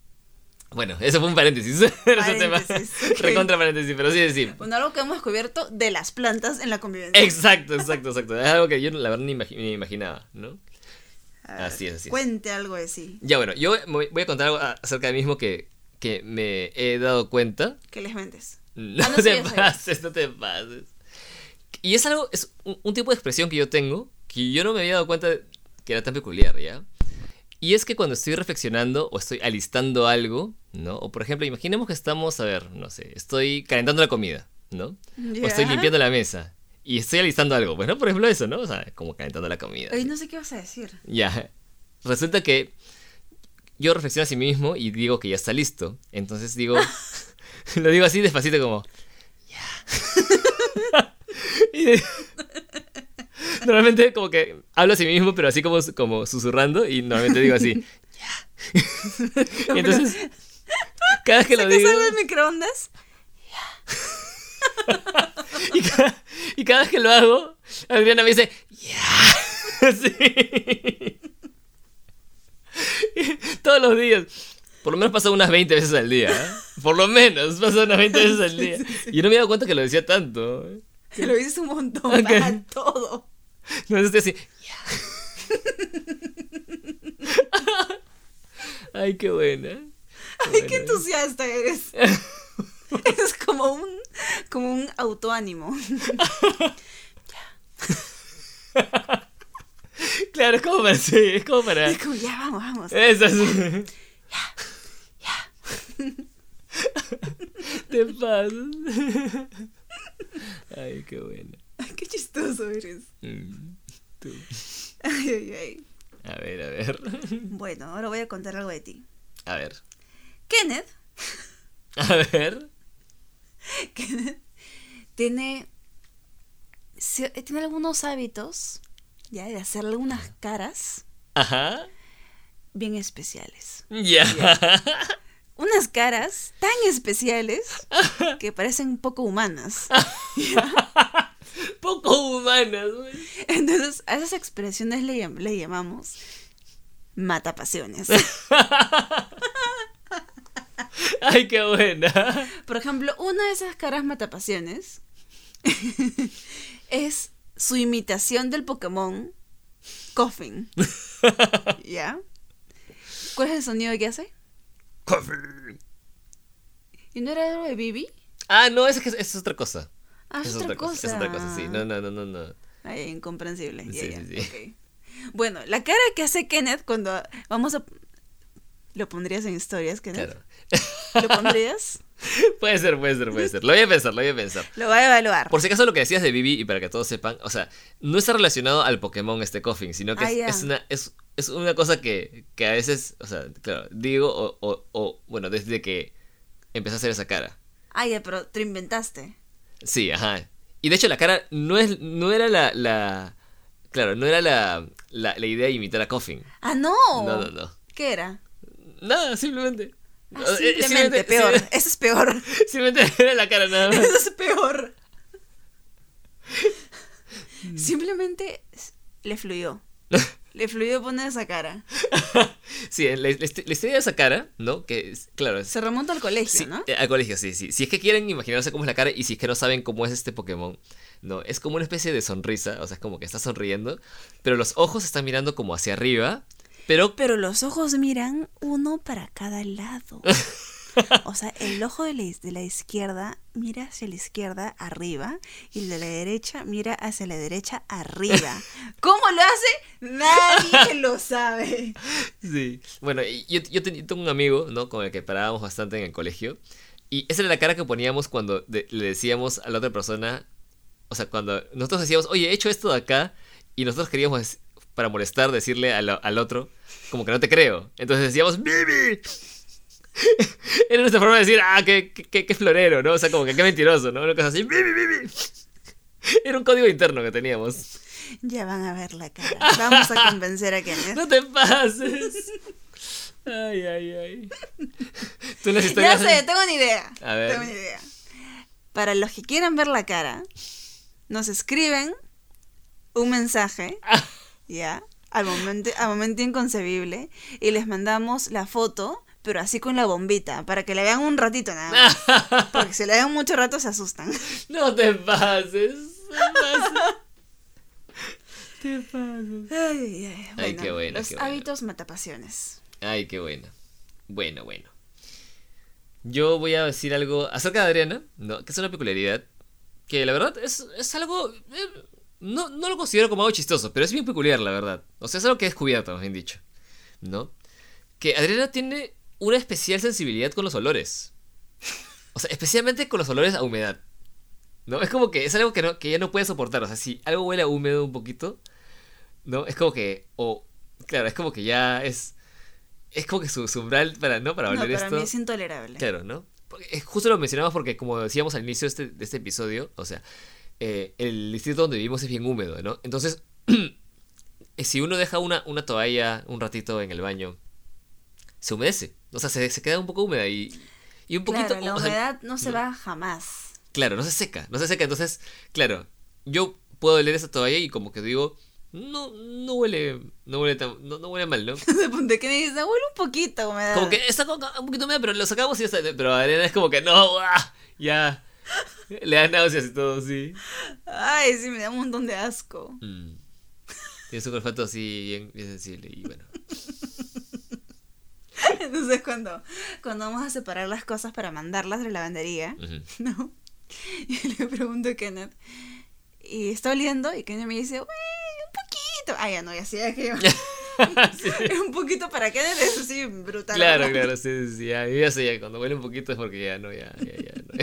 Bueno, eso fue un paréntesis. Era ese tema. Paréntesis, ok. Recontra paréntesis, pero sí, sí. Bueno, algo que hemos descubierto de las plantas en la convivencia. Exacto, exacto, exacto. Es algo que yo la verdad ni, imagi- ni imaginaba, ¿no? A ver, Así es, así es. Cuente algo de sí. Ya bueno, yo me voy voy a contar algo a- acerca de mí mismo que, que me he dado cuenta. Que les mentes. No, Ah, no, sí, te ya sabía. pases, no te pases. Y es algo, es un, un tipo de expresión que yo tengo que yo no me había dado cuenta de que era tan peculiar, ¿ya? Y es que cuando estoy reflexionando o estoy alistando algo, ¿no? O por ejemplo, imaginemos que estamos, a ver, no sé, estoy calentando la comida, ¿no? O estoy Ya. limpiando la mesa y estoy alistando algo, pues, ¿no? Por ejemplo, eso, ¿no? O sea, como calentando la comida. Ay, no sé qué vas a decir. Ya. Resulta que yo reflexiono a sí mismo y digo que ya está listo. Entonces digo, lo digo así despacito como, ya. Y de- normalmente como que hablo a sí mismo, pero así como, como susurrando y normalmente digo así, ya. Y entonces, cada vez que lo ¿Sacas digo... algo del microondas? Y cada, y cada vez que lo hago, Adriana me dice, ya. Sí. Todos los días. Por lo menos pasa unas veinte veces al día, ¿eh? Por lo menos pasa unas veinte veces al día. Sí, sí, sí. Y yo no me he dado cuenta que lo decía tanto. Lo dices un montón, Ok. para todo. No, estoy así. Ay, qué buena. Ay, buena. qué entusiasta eres. Es como un, como un autoánimo. Claro, es como para sí, es como para. Es como, ya, vamos, vamos. Eso es. Te pasas. Ay, qué buena. Ay, qué chistoso eres. Mm, tú. Ay, ay, ay. A ver, a ver. Bueno, ahora voy a contar algo de ti. A ver. Kenneth, A ver. Kenneth tiene, se- tiene algunos hábitos, ya, de hacer algunas caras Ajá. bien especiales. Ya. Unas caras tan especiales que parecen poco humanas. Poco humanas, güey. Entonces, a esas expresiones le, llam- le llamamos matapasiones. Ay, qué buena. Por ejemplo, una de esas caras matapasiones es su imitación del Pokémon Coffin. ¿Ya? ¿Cuál es el sonido que hace? Coffee. ¿Y no era algo de Bibi? Ah, no, es que es, es otra cosa. Ah, es, Es otra otra cosa. cosa. Es otra cosa, sí. No, no, no, no, no. Ay, incomprensible. Ya, Sí, ya, sí, sí. ok. Bueno, la cara que hace Kenneth cuando vamos a... ¿Lo pondrías en historias, Kenneth? Claro. ¿Lo pondrías? Puede ser, puede ser, puede ser. Lo voy a pensar, lo voy a pensar. Lo va a evaluar. Por si acaso lo que decías de Bibi, y para que todos sepan, o sea, no está relacionado al Pokémon este Coffin, sino que Ah, es, ya. es una, es, es una cosa que, que a veces, o sea, claro, digo, o, o, o, bueno, desde que empecé a hacer esa cara. Ah, ya, pero te lo inventaste. Sí, ajá. Y de hecho la cara no es, no era la, la, claro, no era la, la, la idea de imitar a Coffin. ¡Ah, no! No, no, no. ¿Qué era? Nada, simplemente. Ah, Eh, simplemente, peor. sim- Eso es peor. Simplemente era la cara nada más. Eso es peor. Simplemente le fluyó. Le fluyó poner esa cara. Sí, la, la, la historia de esa cara, ¿no? Que, es- claro, es- Se remonta al colegio, sí, ¿no? eh, al colegio, sí, sí. Si es que quieren imaginarse cómo es la cara y si es que no saben cómo es este Pokémon, no, es como una especie de sonrisa, o sea, es como que está sonriendo, pero los ojos están mirando como hacia arriba, pero Pero los ojos miran uno para cada lado. O sea, el ojo de la, de la izquierda mira hacia la izquierda arriba y el de la derecha mira hacia la derecha arriba. ¿Cómo lo hace? Nadie lo sabe. sí. Bueno, y yo, yo ten- tengo un amigo, ¿no? Con el que parábamos bastante en el colegio. Y esa era la cara que poníamos cuando de- le decíamos a la otra persona. O sea, cuando nosotros decíamos, oye, he hecho esto de acá. Y nosotros queríamos, dec- para molestar, decirle al, al otro, como que no te creo. Entonces decíamos, ¡Bibi! Era nuestra forma de decir, ah, qué, qué, qué florero, ¿no? O sea, como que qué mentiroso, ¿no? Una cosa así, ¡Bibi, Bibi! Era un código interno que teníamos. Ya van a ver la cara. Vamos a convencer a Kenneth. No te pases. Ay, ay, ay. Tú las Ya historias. sé, tengo una idea. A ver. Tengo una idea. Para los que quieran ver la cara, nos escriben un mensaje, ya, al momento, al momento inconcebible, y les mandamos la foto, pero así con la bombita, para que la vean un ratito nada más. Porque si la vean mucho rato se asustan. No te pases. Te pases. Te pases. Ay, ay, ay. Ay, Bueno, qué buena, los qué buena. hábitos matapasiones. Ay, qué bueno. Bueno, bueno. Yo voy a decir algo acerca de Adriana, ¿no? Que es una peculiaridad. Que la verdad es, es algo. eh, no, no lo considero como algo chistoso, pero es bien peculiar, la verdad. O sea, es algo que he descubierto, más bien dicho. ¿No? Que Adriana tiene una especial sensibilidad con los olores. O sea, especialmente con los olores a humedad. ¿No? Es como que es algo que, no, que ella no puede soportar. O sea, si algo huele a húmedo un poquito, ¿no? Es como que. O. Claro, es como que ya es. Es como que su, su umbral para, ¿no? Para No, oler para esto. mí es intolerable. Claro, ¿no? Porque, eh, justo lo mencionamos porque, como decíamos al inicio de este, de este episodio, o sea, eh, el distrito donde vivimos es bien húmedo, ¿no? Entonces, eh, si uno deja una, una toalla un ratito en el baño, se humedece. O sea, se, se queda un poco húmeda y, y un poquito. Claro, la o sea, humedad no se no. va jamás. Claro, no se seca, no se seca. Entonces, claro, yo puedo oler esa toalla y como que digo, no, no huele, no huele tan, no, no huele mal, ¿no? De punto que dice, huele un poquito humedad. Como que está un poquito medio, pero lo sacamos y ya está. Pero Adriana es como que no, ¡guau! Ya. Le da náuseas y todo, sí. Ay, sí, me da un montón de asco. Mm. Tiene su olfato así bien, bien sensible y bueno. Entonces cuando, cuando vamos a separar las cosas para mandarlas de la lavandería, Uh-huh. ¿no? Y le pregunto a Kenneth, y está oliendo, y Kenneth me dice, uy, un poquito. Ah, ya no, ya sí, ya que Sí. un poquito para Kenneth es así brutal. Claro, ¿no? claro, sí, sí, ya, yo ya sé, ya, cuando huele un poquito es porque ya no, ya, ya, ya, no,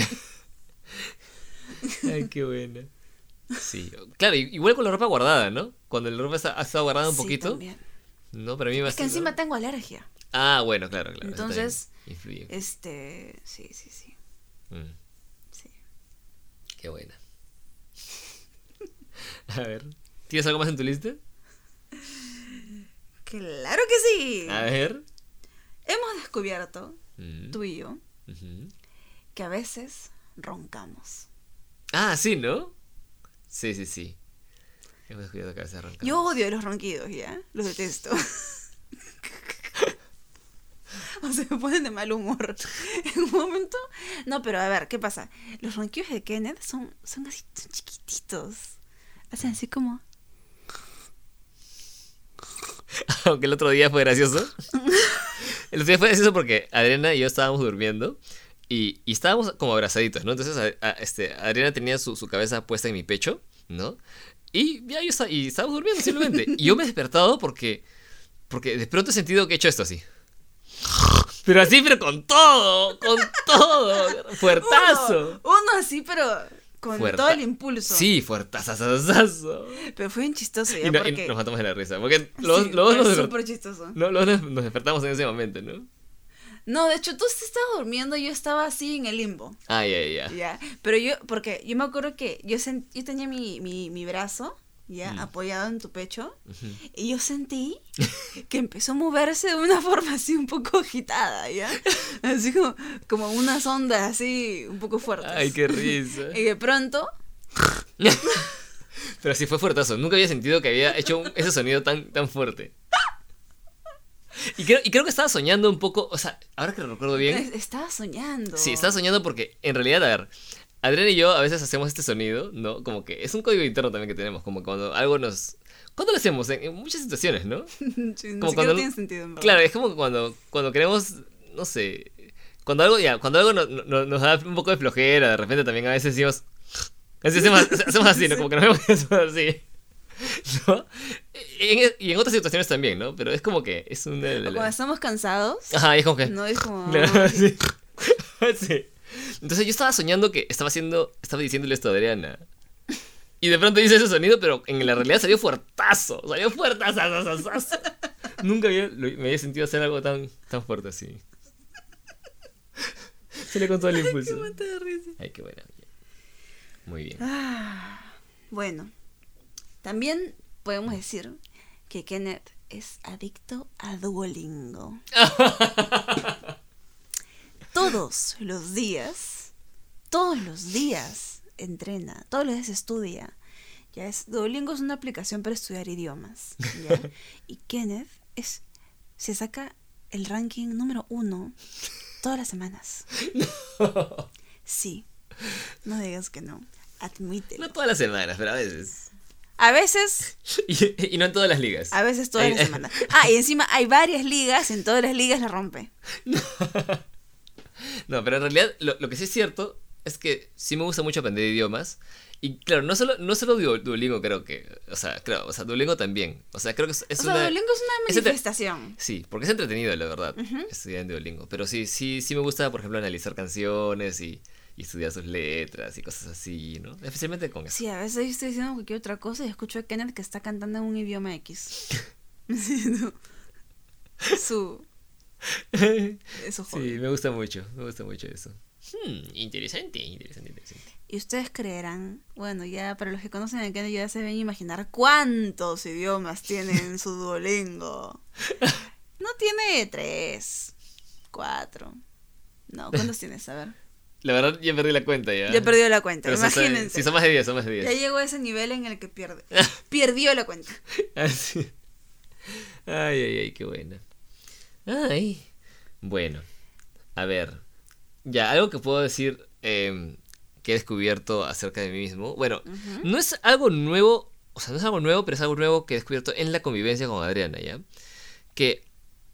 ya. Ay, qué buena. Sí, claro, i- igual con la ropa guardada, ¿no? Cuando la ropa está- ha estado guardada un Sí, poquito, también. ¿no? Para mí va a Es que ser, encima ¿no? tengo alergia. Ah, bueno, claro, claro. eso Entonces, también influye. este, sí, sí, sí, Mm, sí. qué buena. A ver, ¿tienes algo más en tu lista? Claro que sí. A ver. Hemos descubierto, Mm, tú y yo, ujú. que a veces roncamos. Ah, sí, ¿no? Sí, sí, sí. Hemos descubierto que a veces arrancamos. Yo odio los ronquidos, ¿ya? Los detesto. O sea, me ponen de mal humor. En un momento... No, pero a ver, ¿qué pasa? Los ronquidos de Kenneth son, son así, son chiquititos. Hacen así como... Aunque el otro día fue gracioso. El otro día fue gracioso porque Adriana y yo estábamos durmiendo y, y estábamos como abrazaditos, ¿no? Entonces a- a- este, Adriana tenía su, su cabeza puesta en mi pecho, ¿no? Y ya yo estaba, y estábamos durmiendo simplemente. Y yo me he despertado porque, porque de pronto he sentido que he hecho esto así. Pero así, pero con todo, con todo. Fuertazo. Uno, uno así, pero con Fuerta- todo el impulso. Sí, fuertazazazazo. Pero fue bien chistoso, ¿ya? Y, no- y porque... nos matamos de la risa. Porque los, Sí, los dos fue nos, desper- súper chistoso. no, los dos nos despertamos en ese momento, ¿no? No, de hecho, tú sí estabas durmiendo, yo estaba así en el limbo. Ah, ya, ya, ya. Ya, pero yo, porque yo me acuerdo que yo, sent, yo tenía mi, mi, mi brazo, ya, Mm. apoyado en tu pecho, Ujú. y yo sentí que empezó a moverse de una forma así un poco agitada, ya, así como, como unas ondas así un poco fuertes. Ay, qué risa. Y de pronto, Pero sí fue fuertazo. Nunca había sentido que había hecho un- ese sonido tan, tan fuerte. Y creo, y creo que estaba soñando un poco. O sea, ahora que lo recuerdo bien. es- estaba soñando. Sí, estaba soñando porque en realidad, a ver, Adrián y yo a veces hacemos este sonido, ¿no? Como que es un código interno también que tenemos. Como cuando algo nos. ¿Cuándo lo hacemos? En, en muchas situaciones, ¿no? Sí, ni Como siquiera cuando- tiene sentido, en verdad. Claro, es como cuando, cuando queremos. No sé. Cuando algo, ya, cuando algo no- no- nos da un poco de flojera, de repente también a veces decimos. Así hacemos, hacemos así, ¿no? Como que nos vemos y hacemos así. ¿No? Y en, y en otras situaciones también, ¿no? Pero es como que es una de O cuando las... estamos cansados, Ajá, y es como que... no es como... Claro, sí. Sí. Entonces yo estaba soñando que estaba haciendo, estaba diciéndole esto a Adriana. Y de pronto hice ese sonido, pero en la realidad salió fuertazo. Salió fuertazo. Nunca había, lo- me había sentido hacer algo tan, tan fuerte así. Se le con todo el impulso. Qué mata de risa. Ay, qué buena. Muy bien. Ah, bueno, también podemos decir que Kenneth es adicto a Duolingo. Todos los días, todos los días entrena, todos los días estudia. Ya es, Duolingo es una aplicación para estudiar idiomas, ¿ya? Y Kenneth es, se saca el ranking número uno todas las semanas. Sí, no digas que no, admítelo. No todas las semanas, pero a veces. A veces, Y, y no en todas las ligas. a veces todas Ay, las ay. semanas. Ah, y encima hay varias ligas, en todas las ligas la rompe. No, pero en realidad lo, lo que sí es cierto es que sí me gusta mucho aprender idiomas. Y claro, no solo, no solo Duo- Duolingo creo que... O sea, claro, o sea, Duolingo también. O sea, creo que es, es O sea, una... Duolingo es una es entre- manifestación. Sí, porque es entretenido, la verdad, Ujú. estudiar en Duolingo. Pero sí, sí, sí me gusta, por ejemplo, analizar canciones y, y estudiar sus letras y cosas así, ¿no? Especialmente con eso. Sí, a veces yo estoy diciendo cualquier otra cosa y escucho a Kenneth que está cantando en un idioma X. Sí, no. Su... Eso Sí, hobby. me gusta mucho, me gusta mucho eso. Hmm, interesante, interesante, interesante. Y ustedes creerán, bueno, ya para los que conocen a Kenneth ya se deben imaginar cuántos idiomas tiene en su Duolingo. No tiene tres, cuatro. No, ¿cuántos tienes? A ver. La verdad, ya perdí la cuenta ya. Ya he perdido la cuenta, Pero imagínense. Si son más de diez, son más de diez. Ya llegó a ese nivel en el que pierde. Perdió la cuenta. Así. Ay, ay, ay, qué buena. Ay. Bueno, a ver. Ya, algo que puedo decir eh, que he descubierto acerca de mí mismo. Bueno, Uh-huh. no es algo nuevo, o sea, no es algo nuevo, pero es algo nuevo que he descubierto en la convivencia con Adriana, ¿ya? Que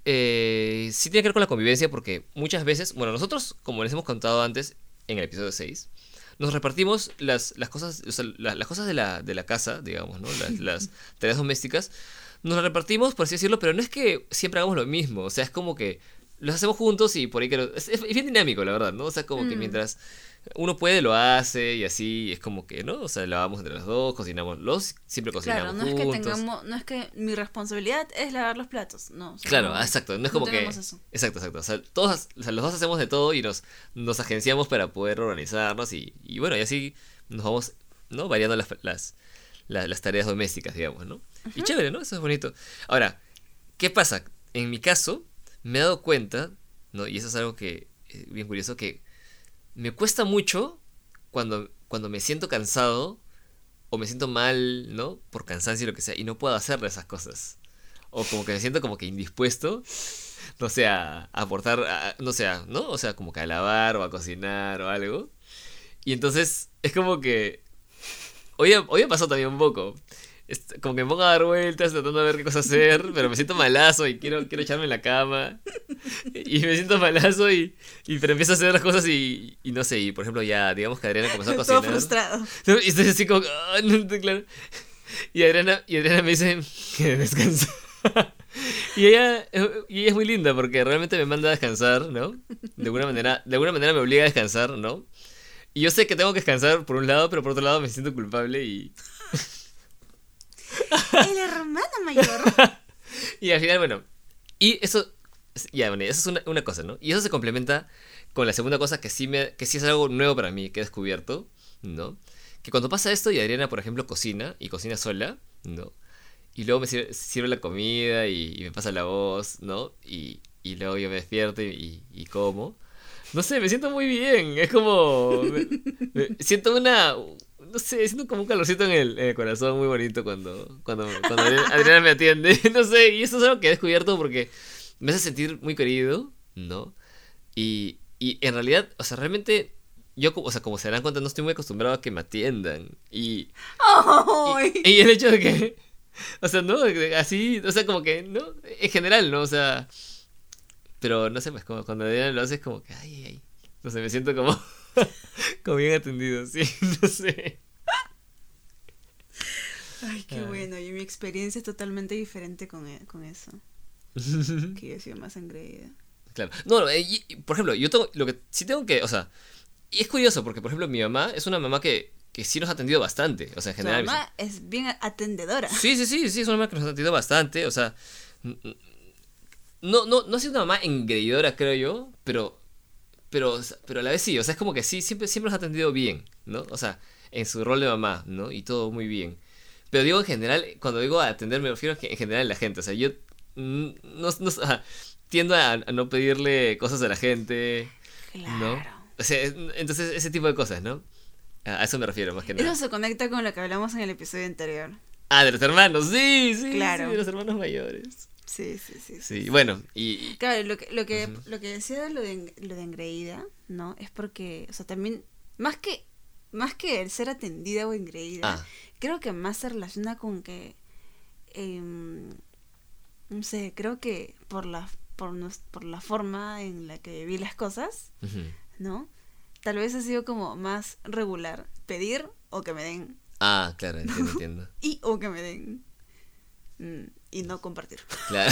eh, sí tiene que ver con la convivencia porque muchas veces, bueno, nosotros, como les hemos contado antes en el episodio seis, nos repartimos las, las cosas, o sea, la- las cosas de la, de la casa, digamos, ¿no? Las, las tareas domésticas, nos las repartimos, por así decirlo, pero no es que siempre hagamos lo mismo, o sea, es como que los hacemos juntos y por ahí que... lo- es, es bien dinámico, la verdad, ¿no? O sea, como que Mm. mientras uno puede, lo hace y así, es como que, ¿no? O sea, lavamos entre los dos, cocinamos los, siempre Claro, cocinamos no es que juntos. tengamos, no es que mi responsabilidad es lavar los platos, no. o sea, Claro, no- ah, exacto, no es no como que... tenemos eso. Exacto, exacto. O sea, todos, o sea, los dos hacemos de todo y nos, nos agenciamos para poder organizarnos y, y bueno, y así nos vamos, ¿no? Variando las, las, las, las tareas domésticas, digamos, ¿no? Y chévere, ¿no? Eso es bonito. Ahora, ¿qué pasa? En mi caso, me he dado cuenta, ¿no? Y eso es algo que, eh, bien curioso, que me cuesta mucho cuando, cuando me siento cansado o me siento mal, ¿no? Por cansancio y lo que sea, y no puedo hacer esas cosas. O como que me siento como que indispuesto, no sé, a, a aportar, a- no sé, a- ¿no? O sea, como que a lavar o a cocinar o algo. Y entonces es como que... Hoy, ha- hoy me pasó también un poco. Es como que me pongo a dar vueltas tratando de ver qué cosa hacer, pero me siento malazo y quiero, quiero echarme en la cama. Y me siento malazo y, y pero empiezo a hacer las cosas y, y no sé, y por ejemplo ya, digamos que Adriana comenzó a Todo cocinar. frustrado. ¿No? Y estoy así como, ah, no, no, claro. Y Adriana, y Adriana me dice que descansa. Y ella, y ella es muy linda porque realmente me manda a descansar, ¿no? De alguna manera, de alguna manera me obliga a descansar, ¿no? Y yo sé que tengo que descansar por un lado, pero por otro lado me siento culpable y, El hermano mayor. y al final, bueno, y eso, ya, bueno, eso es una, una cosa, ¿no? Y eso se complementa con la segunda cosa que sí, me, que sí es algo nuevo para mí, que he descubierto, ¿no? Que cuando pasa esto y Adriana, por ejemplo, cocina, y cocina sola, ¿no? Y luego me sirve, sirve la comida y, y me pasa la voz, ¿no? Y, y luego yo me despierto y, y, y como. No sé, me siento muy bien. Es como... me- me- siento una... No sé, siento como un calorcito en el, en el corazón muy bonito cuando, cuando, cuando Adriana, Adriana me atiende. No sé, y eso es algo que he descubierto porque me hace sentir muy querido, ¿no? Y, y en realidad, o sea, realmente... Yo, o sea, como se darán cuenta, no estoy muy acostumbrado a que me atiendan. Y, ¡Ay! y, y el hecho de que, o sea, ¿no? De- Así, o sea, como que, ¿no? En general, ¿no? O sea, pero no sé, pues como cuando Adriana lo hace es como que, ay, ay, ay. No sé, me siento como, como bien atendido, sí, no sé. Ay, qué Ah. bueno. Y mi experiencia es totalmente diferente con, e- con eso. Que yo he sido más engreída. Claro. No, eh, y- y, por ejemplo, yo tengo, lo que sí tengo que, o sea, y es curioso porque, por ejemplo, mi mamá es una mamá que, que sí nos ha atendido bastante, o sea, en Tu general. mamá es bien atendedora. Sí, sí, sí, sí, es una mamá que nos ha atendido bastante, o sea, n- n- no, no, no ha sido una mamá engreidora, creo yo, pero, pero, pero a la vez sí, o sea, es como que sí, siempre, siempre nos ha atendido bien, ¿no? O sea, en su rol de mamá, ¿no? Y todo muy bien. Pero digo en general, cuando digo a atender me refiero a que en general a la gente, o sea, yo mm, no, no, ajá, tiendo a, a no pedirle cosas a la gente, ¿no? Claro. O sea, es- entonces ese tipo de cosas, ¿no? A a eso me refiero, más que nada. Eso se conecta con lo que hablamos en el episodio anterior. Ah, de los hermanos, sí, sí, Claro. sí, de los hermanos mayores. Sí, sí, sí. Sí, bueno, y... Claro, lo que, lo que, Ujú. lo que decía de lo de, lo de engreída, ¿no? Es porque, o sea, también, más que, más que el ser atendida o engreída, Ah, creo que más se relaciona con que, em, no sé, creo que por la, por, nos- por la forma en la que vi las cosas, ujú. ¿no? Tal vez ha sido como más regular pedir o que me den Ah, claro, entiendo, entiendo. y o que me den mm, y no compartir. Claro,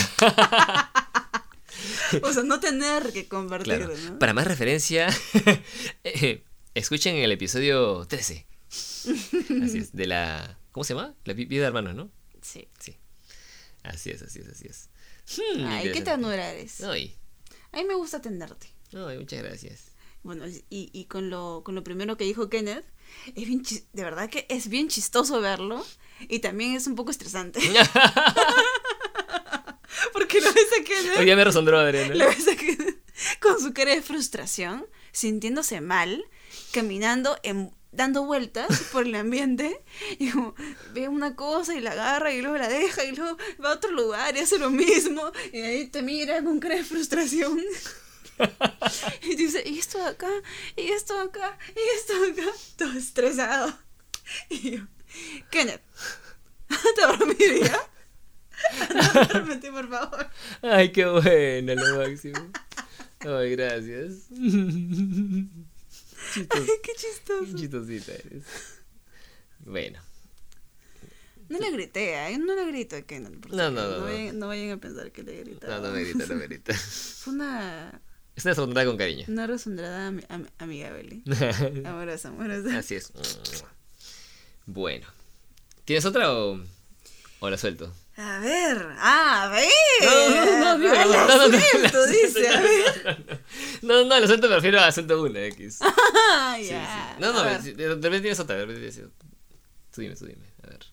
O sea, no tener que compartir, claro. ¿no? Para más referencia, eh, escuchen el episodio trece. Así es, de la... ¿Cómo se llama? La vi- vida de hermanos, ¿no? Sí. Sí. Así es, así es, así es. Hmm, Ay, qué interesante. ternura eres. Ay, A mí me gusta atenderte. ay, muchas gracias. Bueno, y, y con lo con lo primero que dijo Kenneth, es bien chis- de verdad que es bien chistoso verlo y también es un poco estresante. Porque lo ves a Kenneth, Hoy ya me resondró Adriana. lo ves a Kenneth con su cara de frustración, sintiéndose mal, caminando, en, dando vueltas por el ambiente, y como ve una cosa y la agarra y luego la deja y luego va a otro lugar y hace lo mismo, y ahí te mira con cara de frustración. Y dice, y esto de acá, y esto de acá, y esto de acá, todo estresado. Y yo, Kenneth, ¿te dormiría? No, duérmete, por favor. Ay, qué bueno, lo máximo. Ay, gracias. Chistos, Ay, qué chistoso. Chistosita eres. Bueno. No le grité, ¿eh? No le grito a Kenneth. No, no, no, no, no. Vayan, no vayan a pensar que le he gritado. No, no me grita, no me grita. Fue una, Es una sorpresa con cariño. una resondrada am, am, amigable. Amorosa, amorosa. Así es. Bueno. ¿Tienes otra o, o la suelto? A ver, ah, a ver. No, no, no, digo, Ah, no, la no, no, no, suelto, no, dice, a ver. No, no, la suelto me refiero a suelto una, X. Ah, Sí, ya. sí. No, no, A ver. de de repente tienes otra, de repente tienes otra. Tú dime, tú dime, a ver.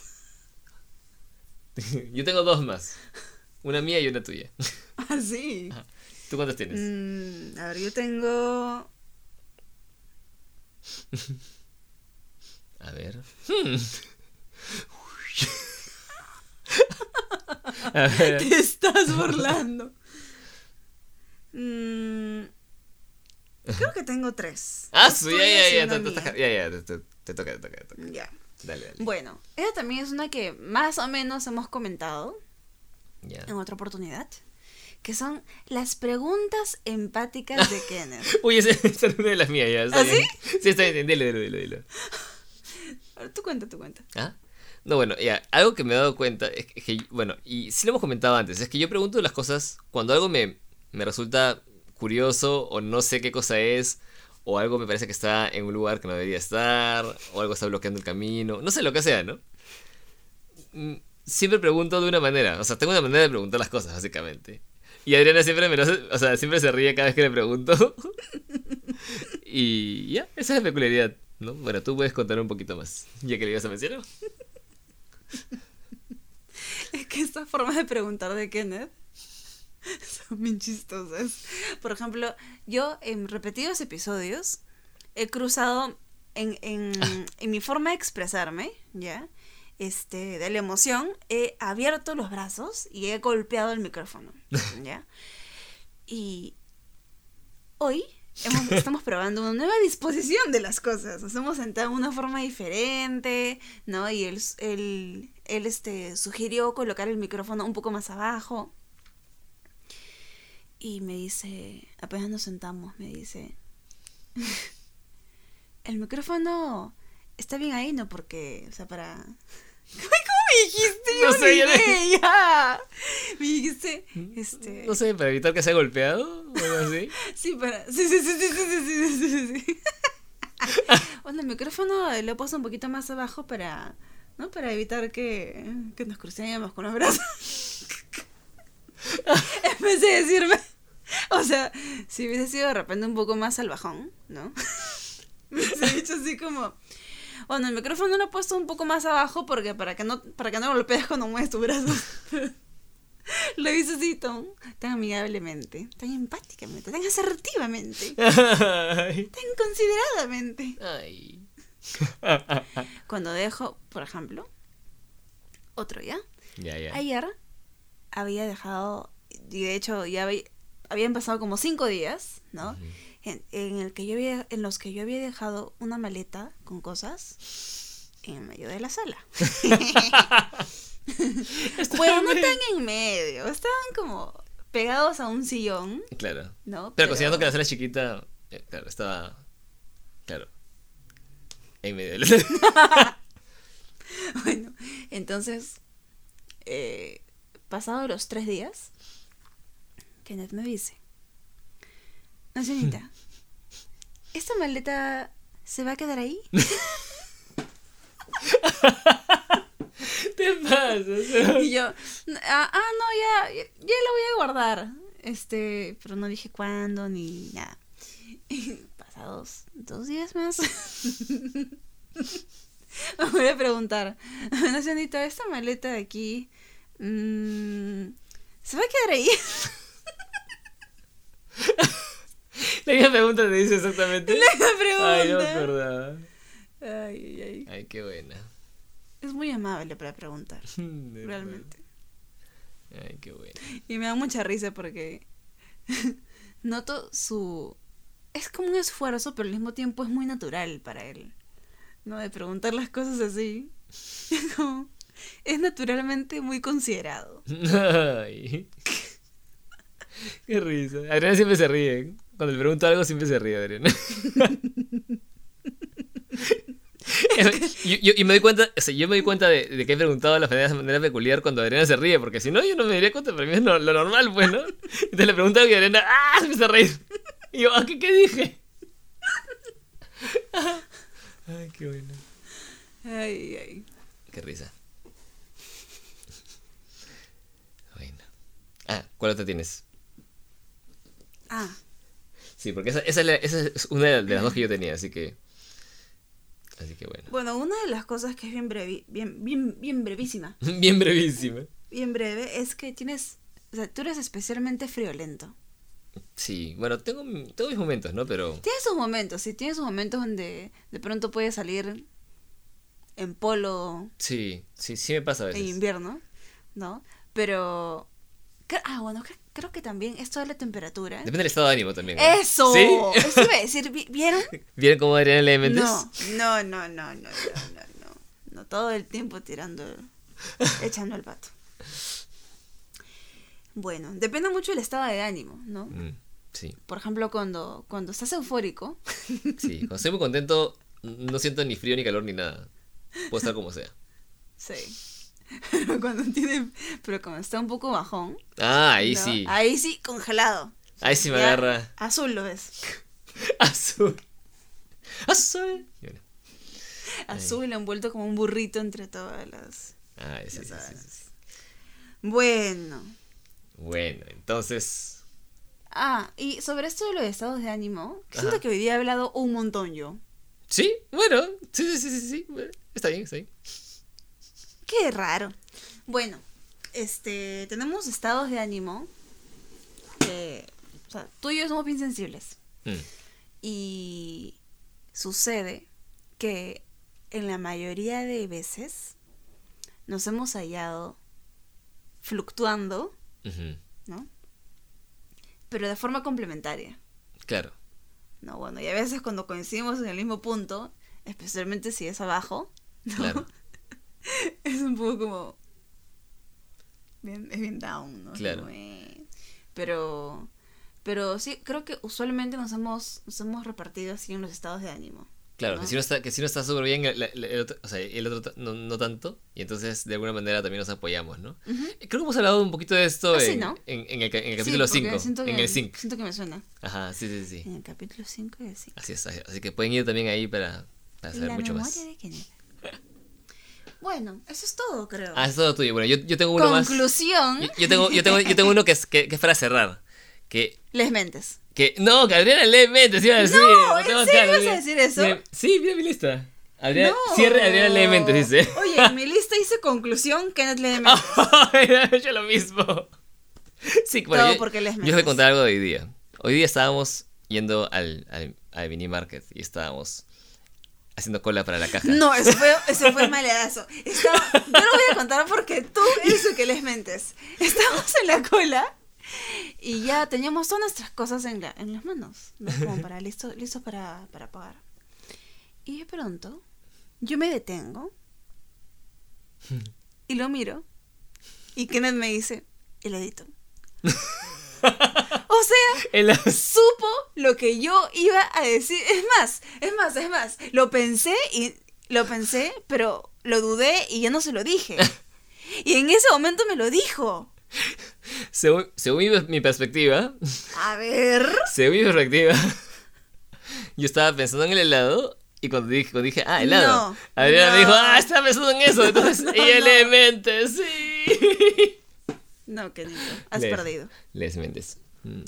Yo tengo dos más. Una mía y una tuya. Ah, sí. ¿Tú cuántas tienes? Mm, a ver, yo tengo... A ver. Hmm. A ver. Te estás burlando. Mm, creo que tengo tres. Ah, Dos su, ya, tuyas ya, y ya, una te, te, mía. te- ya, ya, te, te- te toca, te toca, te toca. Ya. Dale, dale. Bueno, ella también es una que más o menos hemos comentado Ya. en otra oportunidad, que son las preguntas empáticas de Kenneth. Uy, esa esa es una de las mías, ya. Está ¿Ah, bien. Sí, está bien, dilo, dilo, dilo, dilo. A ver, tú cuenta, tú cuenta. ¿Ah? No, bueno, ya, algo que me he dado cuenta es que, que- bueno, y sí lo hemos comentado antes, es que yo pregunto las cosas cuando algo me, me resulta curioso o no sé qué cosa es, o algo me parece que está en un lugar que no debería estar, o algo está bloqueando el camino, no sé lo que sea, ¿no? Mm, Siempre pregunto de una manera, o sea, tengo una manera de preguntar las cosas, básicamente. Y Adriana siempre me lo hace, o sea, siempre se ríe cada vez que le pregunto. Y ya, esa es la peculiaridad, ¿no? Bueno, tú puedes contar un poquito más, ya que le ibas a mencionar. Es que estas formas de preguntar de Kenneth son bien chistosas. Por ejemplo, yo en repetidos episodios he cruzado en, en, en mi forma de expresarme, ¿ya? Este, de la emoción, he abierto los brazos y he golpeado el micrófono, ¿ya? Y hoy hemos, estamos probando una nueva disposición de las cosas. Nos hemos sentado de una forma diferente, ¿no? Y él, él, él este, sugirió colocar el micrófono un poco más abajo. Y me dice, apenas nos sentamos, me dice, el micrófono está bien ahí, ¿no? Porque, o sea, para... ¿Cómo me dijiste? No Yo sé, yo olvidé, ya. Me dijiste, este... No sé, para evitar que sea golpeado o algo así. Sí, para... Sí, sí, sí, sí, sí, sí, sí, sí, sí, sí. Bueno, el micrófono lo he puesto un poquito más abajo para... ¿no? Para evitar que, que nos crucemos con los brazos. En vez de decirme... O sea, si hubiese sido de repente un poco más salvajón, ¿no? Me hubiese dicho así como... Bueno, el micrófono lo he puesto un poco más abajo porque para que no, para que no golpees cuando mueves tus brazos. Lo hice así tan, tan amigablemente, tan empáticamente, tan asertivamente, Ay. tan consideradamente. Ay. Cuando dejo, por ejemplo, otro ya. Ya, ya. Ayer había dejado, y de hecho ya había, habían pasado como cinco días, ¿no? Ujú. En, en el que yo había, en los que yo había dejado una maleta con cosas en el medio de la sala. Bueno, no tan en medio, estaban como pegados a un sillón, Claro. ¿no? Pero considerando que la sala chiquita, eh, claro, estaba. Claro. En medio de la. Bueno, entonces, eh, pasados los tres días, Kenneth me dice, no, señorita, ¿esta maleta se va a quedar ahí? ¿Qué pasa? Y yo, ah, ah, no, ya, ya, ya la voy a guardar. Este, pero no dije cuándo ni nada. Y pasados dos días más, me voy a preguntar, no, señorita, esta maleta de aquí, mmm, ¿se va a quedar ahí? La misma pregunta te dice exactamente. La misma pregunta. Ay, no me acordaba. Ay, ay, ay. Ay, qué buena. Es muy amable para preguntar, realmente. Ay, qué buena. Y me da mucha risa porque noto su... Es como un esfuerzo, pero al mismo tiempo es muy natural para él, ¿no? De preguntar las cosas así. Es como... Es naturalmente muy considerado. Ay. Qué risa. Adriana siempre se ríe. Cuando le pregunto algo siempre se ríe, Adriana. y, yo, y me doy cuenta, o sea, yo me doy cuenta de, de que he preguntado de la manera, manera peculiar cuando Adriana se ríe, porque si no yo no me daría cuenta, para mí es lo, lo normal, pues, ¿no? Entonces le pregunto algo y Adriana, ¡ah! Se empieza a reír. Y yo, ¿ah, qué, qué dije? Ay, qué bueno. Ay, ay. Qué risa. Bueno. Ah, ¿cuál otra tienes? Ah. Sí, porque esa, esa, es la- esa es una de las dos que yo tenía, así que... Así que bueno. Bueno, una de las cosas que es bien brevi, bien, bien, bien brevísima, Bien brevísima. bien breve, es que tienes, o sea, tú eres especialmente friolento. Sí, bueno, tengo, tengo mis momentos, ¿no? Pero... Tienes sus momentos, sí, tienes sus momentos donde de pronto puedes salir en polo Sí, sí, sí me pasa a en veces. invierno, ¿no? Pero, cre- ah, bueno, cre- creo que también esto de la temperatura. Depende del estado de ánimo también, ¿no? ¡Eso! ¿Sí? Eso iba a decir, ¿vi- ¿vieron? ¿Vieron cómo Adriana lee mentes? No, no, no, no, no, no, no, no, no, todo el tiempo tirando, echando el pato. Bueno, depende mucho del estado de ánimo, ¿no? Mm, sí, Por ejemplo, cuando, cuando estás eufórico, sí. Cuando estoy muy contento, no siento ni frío ni calor ni nada. Puedo estar como sea. sí. Pero cuando tiene, pero cuando está un poco bajón, Ah, ahí ¿no? sí. Ahí sí, congelado. Ahí sí me Ya agarra. Azul lo ves. Azul. Azul. Y bueno. Azul envuelto como un burrito entre todas las... Ah, sí, Ya sí, sí, sabes. sí, sí. Bueno. Bueno, entonces... Ah, y sobre esto de los estados de ánimo, siento Ajá. que hoy día he hablado un montón yo. Sí, bueno. Sí, sí, sí, sí, sí. Bueno, está bien, está bien. Qué raro. Bueno, este, tenemos estados de ánimo que, o sea, tú y yo somos bien sensibles. Mm, Y sucede que en la mayoría de veces nos hemos hallado fluctuando, ujú. ¿no? Pero de forma complementaria. Claro. No, bueno, y a veces cuando coincidimos en el mismo punto, especialmente si es abajo, ¿no? Claro. Es un poco como... Bien, es bien down, ¿no? Claro. Como, eh, Pero... Pero sí, creo que usualmente nos hemos, nos hemos repartido así en los estados de ánimo. Claro, ¿no? que si uno está, que si uno está súper bien, el, el- el otro, o sea, el otro no, no tanto, y entonces de alguna manera también nos apoyamos, ¿no? Ujú. Creo que hemos hablado un poquito de esto Ah, sí, en, ¿no? en, en el, ca- en el Sí, capítulo porque cinco, siento en que- el cinco. Siento que me suena. Ajá, sí, sí, sí. En el capítulo cinco de cinco. Así es, así así que pueden ir también ahí para, para saber La mucho memoria más. de Kenneth. Bueno, eso es todo, creo. Ah, es todo tuyo. Bueno, yo, yo tengo uno más. Conclusión, Yo, yo tengo, yo, tengo, yo tengo uno que es, que, que es para cerrar. Que, les mentes. que no, que Adriana lee mentes, iba a decir. No, ¿en tengo serio claro, vas a mira. decir eso? Mira, sí, mira mi lista. Adriana, No. cierre, Adriana lee mentes, dice. Oye, en mi lista dice conclusión, Kenneth lee mentes. He hecho lo mismo. Sí, bueno, Todo yo, porque les yo os voy a metes. contar algo de hoy día. Hoy día estábamos yendo al, al, al mini market y estábamos haciendo cola para la caja. No, eso fue, eso fue maledazo. Estaba, yo lo voy a contar porque tú eres el que les mentes. Estábamos en la cola y ya teníamos todas nuestras cosas en, la, en las manos, ¿no? Como para listo, listo para, para pagar. Y de pronto yo me detengo y lo miro y Kenneth me dice, heladito. O sea, En la- supo lo que yo iba a decir. Es más, es más, es más. Lo pensé y lo pensé, pero lo dudé y ya no se lo dije. Y en ese momento me lo dijo. según, según mi, mi perspectiva, A ver. según mi perspectiva, yo estaba pensando en el helado y cuando dije, cuando dije ah, helado, No, Adriana no. me dijo, ah, estaba pensando en eso. Entonces, No, ella no. lee mentes, sí. No, querido, has Les- perdido. Les mentes. Mm.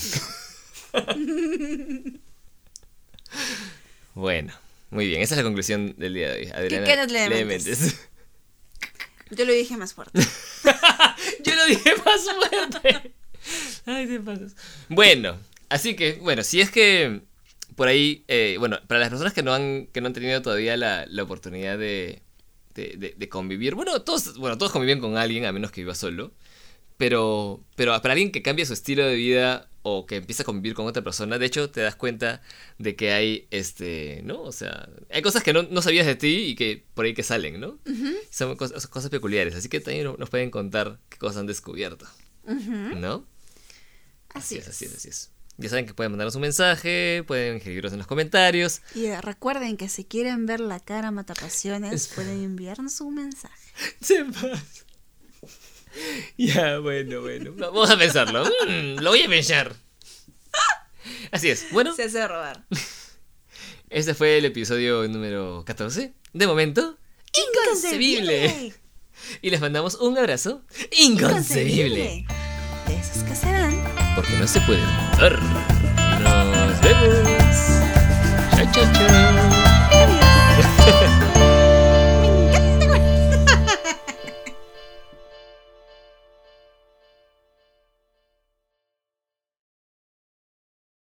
Bueno, muy bien, esa es la conclusión del día de hoy. Adriana Kenneth lee mentes. Yo lo dije más fuerte. Yo lo dije más fuerte. Ay, te pasas. Bueno, Así que, bueno, si es que por ahí, eh, bueno, para las personas que no han, que no han tenido todavía la, la oportunidad de, de, de, de convivir, bueno, todos, bueno, todos conviven con alguien, a menos que viva solo, pero, pero para alguien que cambia su estilo de vida o que empieza a convivir con otra persona, de hecho te das cuenta de que hay, este, ¿no? O sea, hay cosas que no, no sabías de ti y que por ahí que salen, ¿no? Uh-huh. Son cosas, cosas peculiares, así que también nos pueden contar qué cosas han descubierto, Uh-huh. ¿no? Así, Así es, es. así es, así es. Ya saben que pueden mandarnos un mensaje, pueden escribirnos en los comentarios. Y eh, recuerden que si quieren ver la cara matapasiones, pueden enviarnos un mensaje. Sepas. Ya, bueno, bueno. No, vamos a pensarlo. Mm, lo voy a pensar. Así es. Bueno, Se hace robar. este fue el episodio número catorce. De momento, inconcebible. Y les mandamos un abrazo inconcebible. De esos que serán. Porque no se puede olvidar.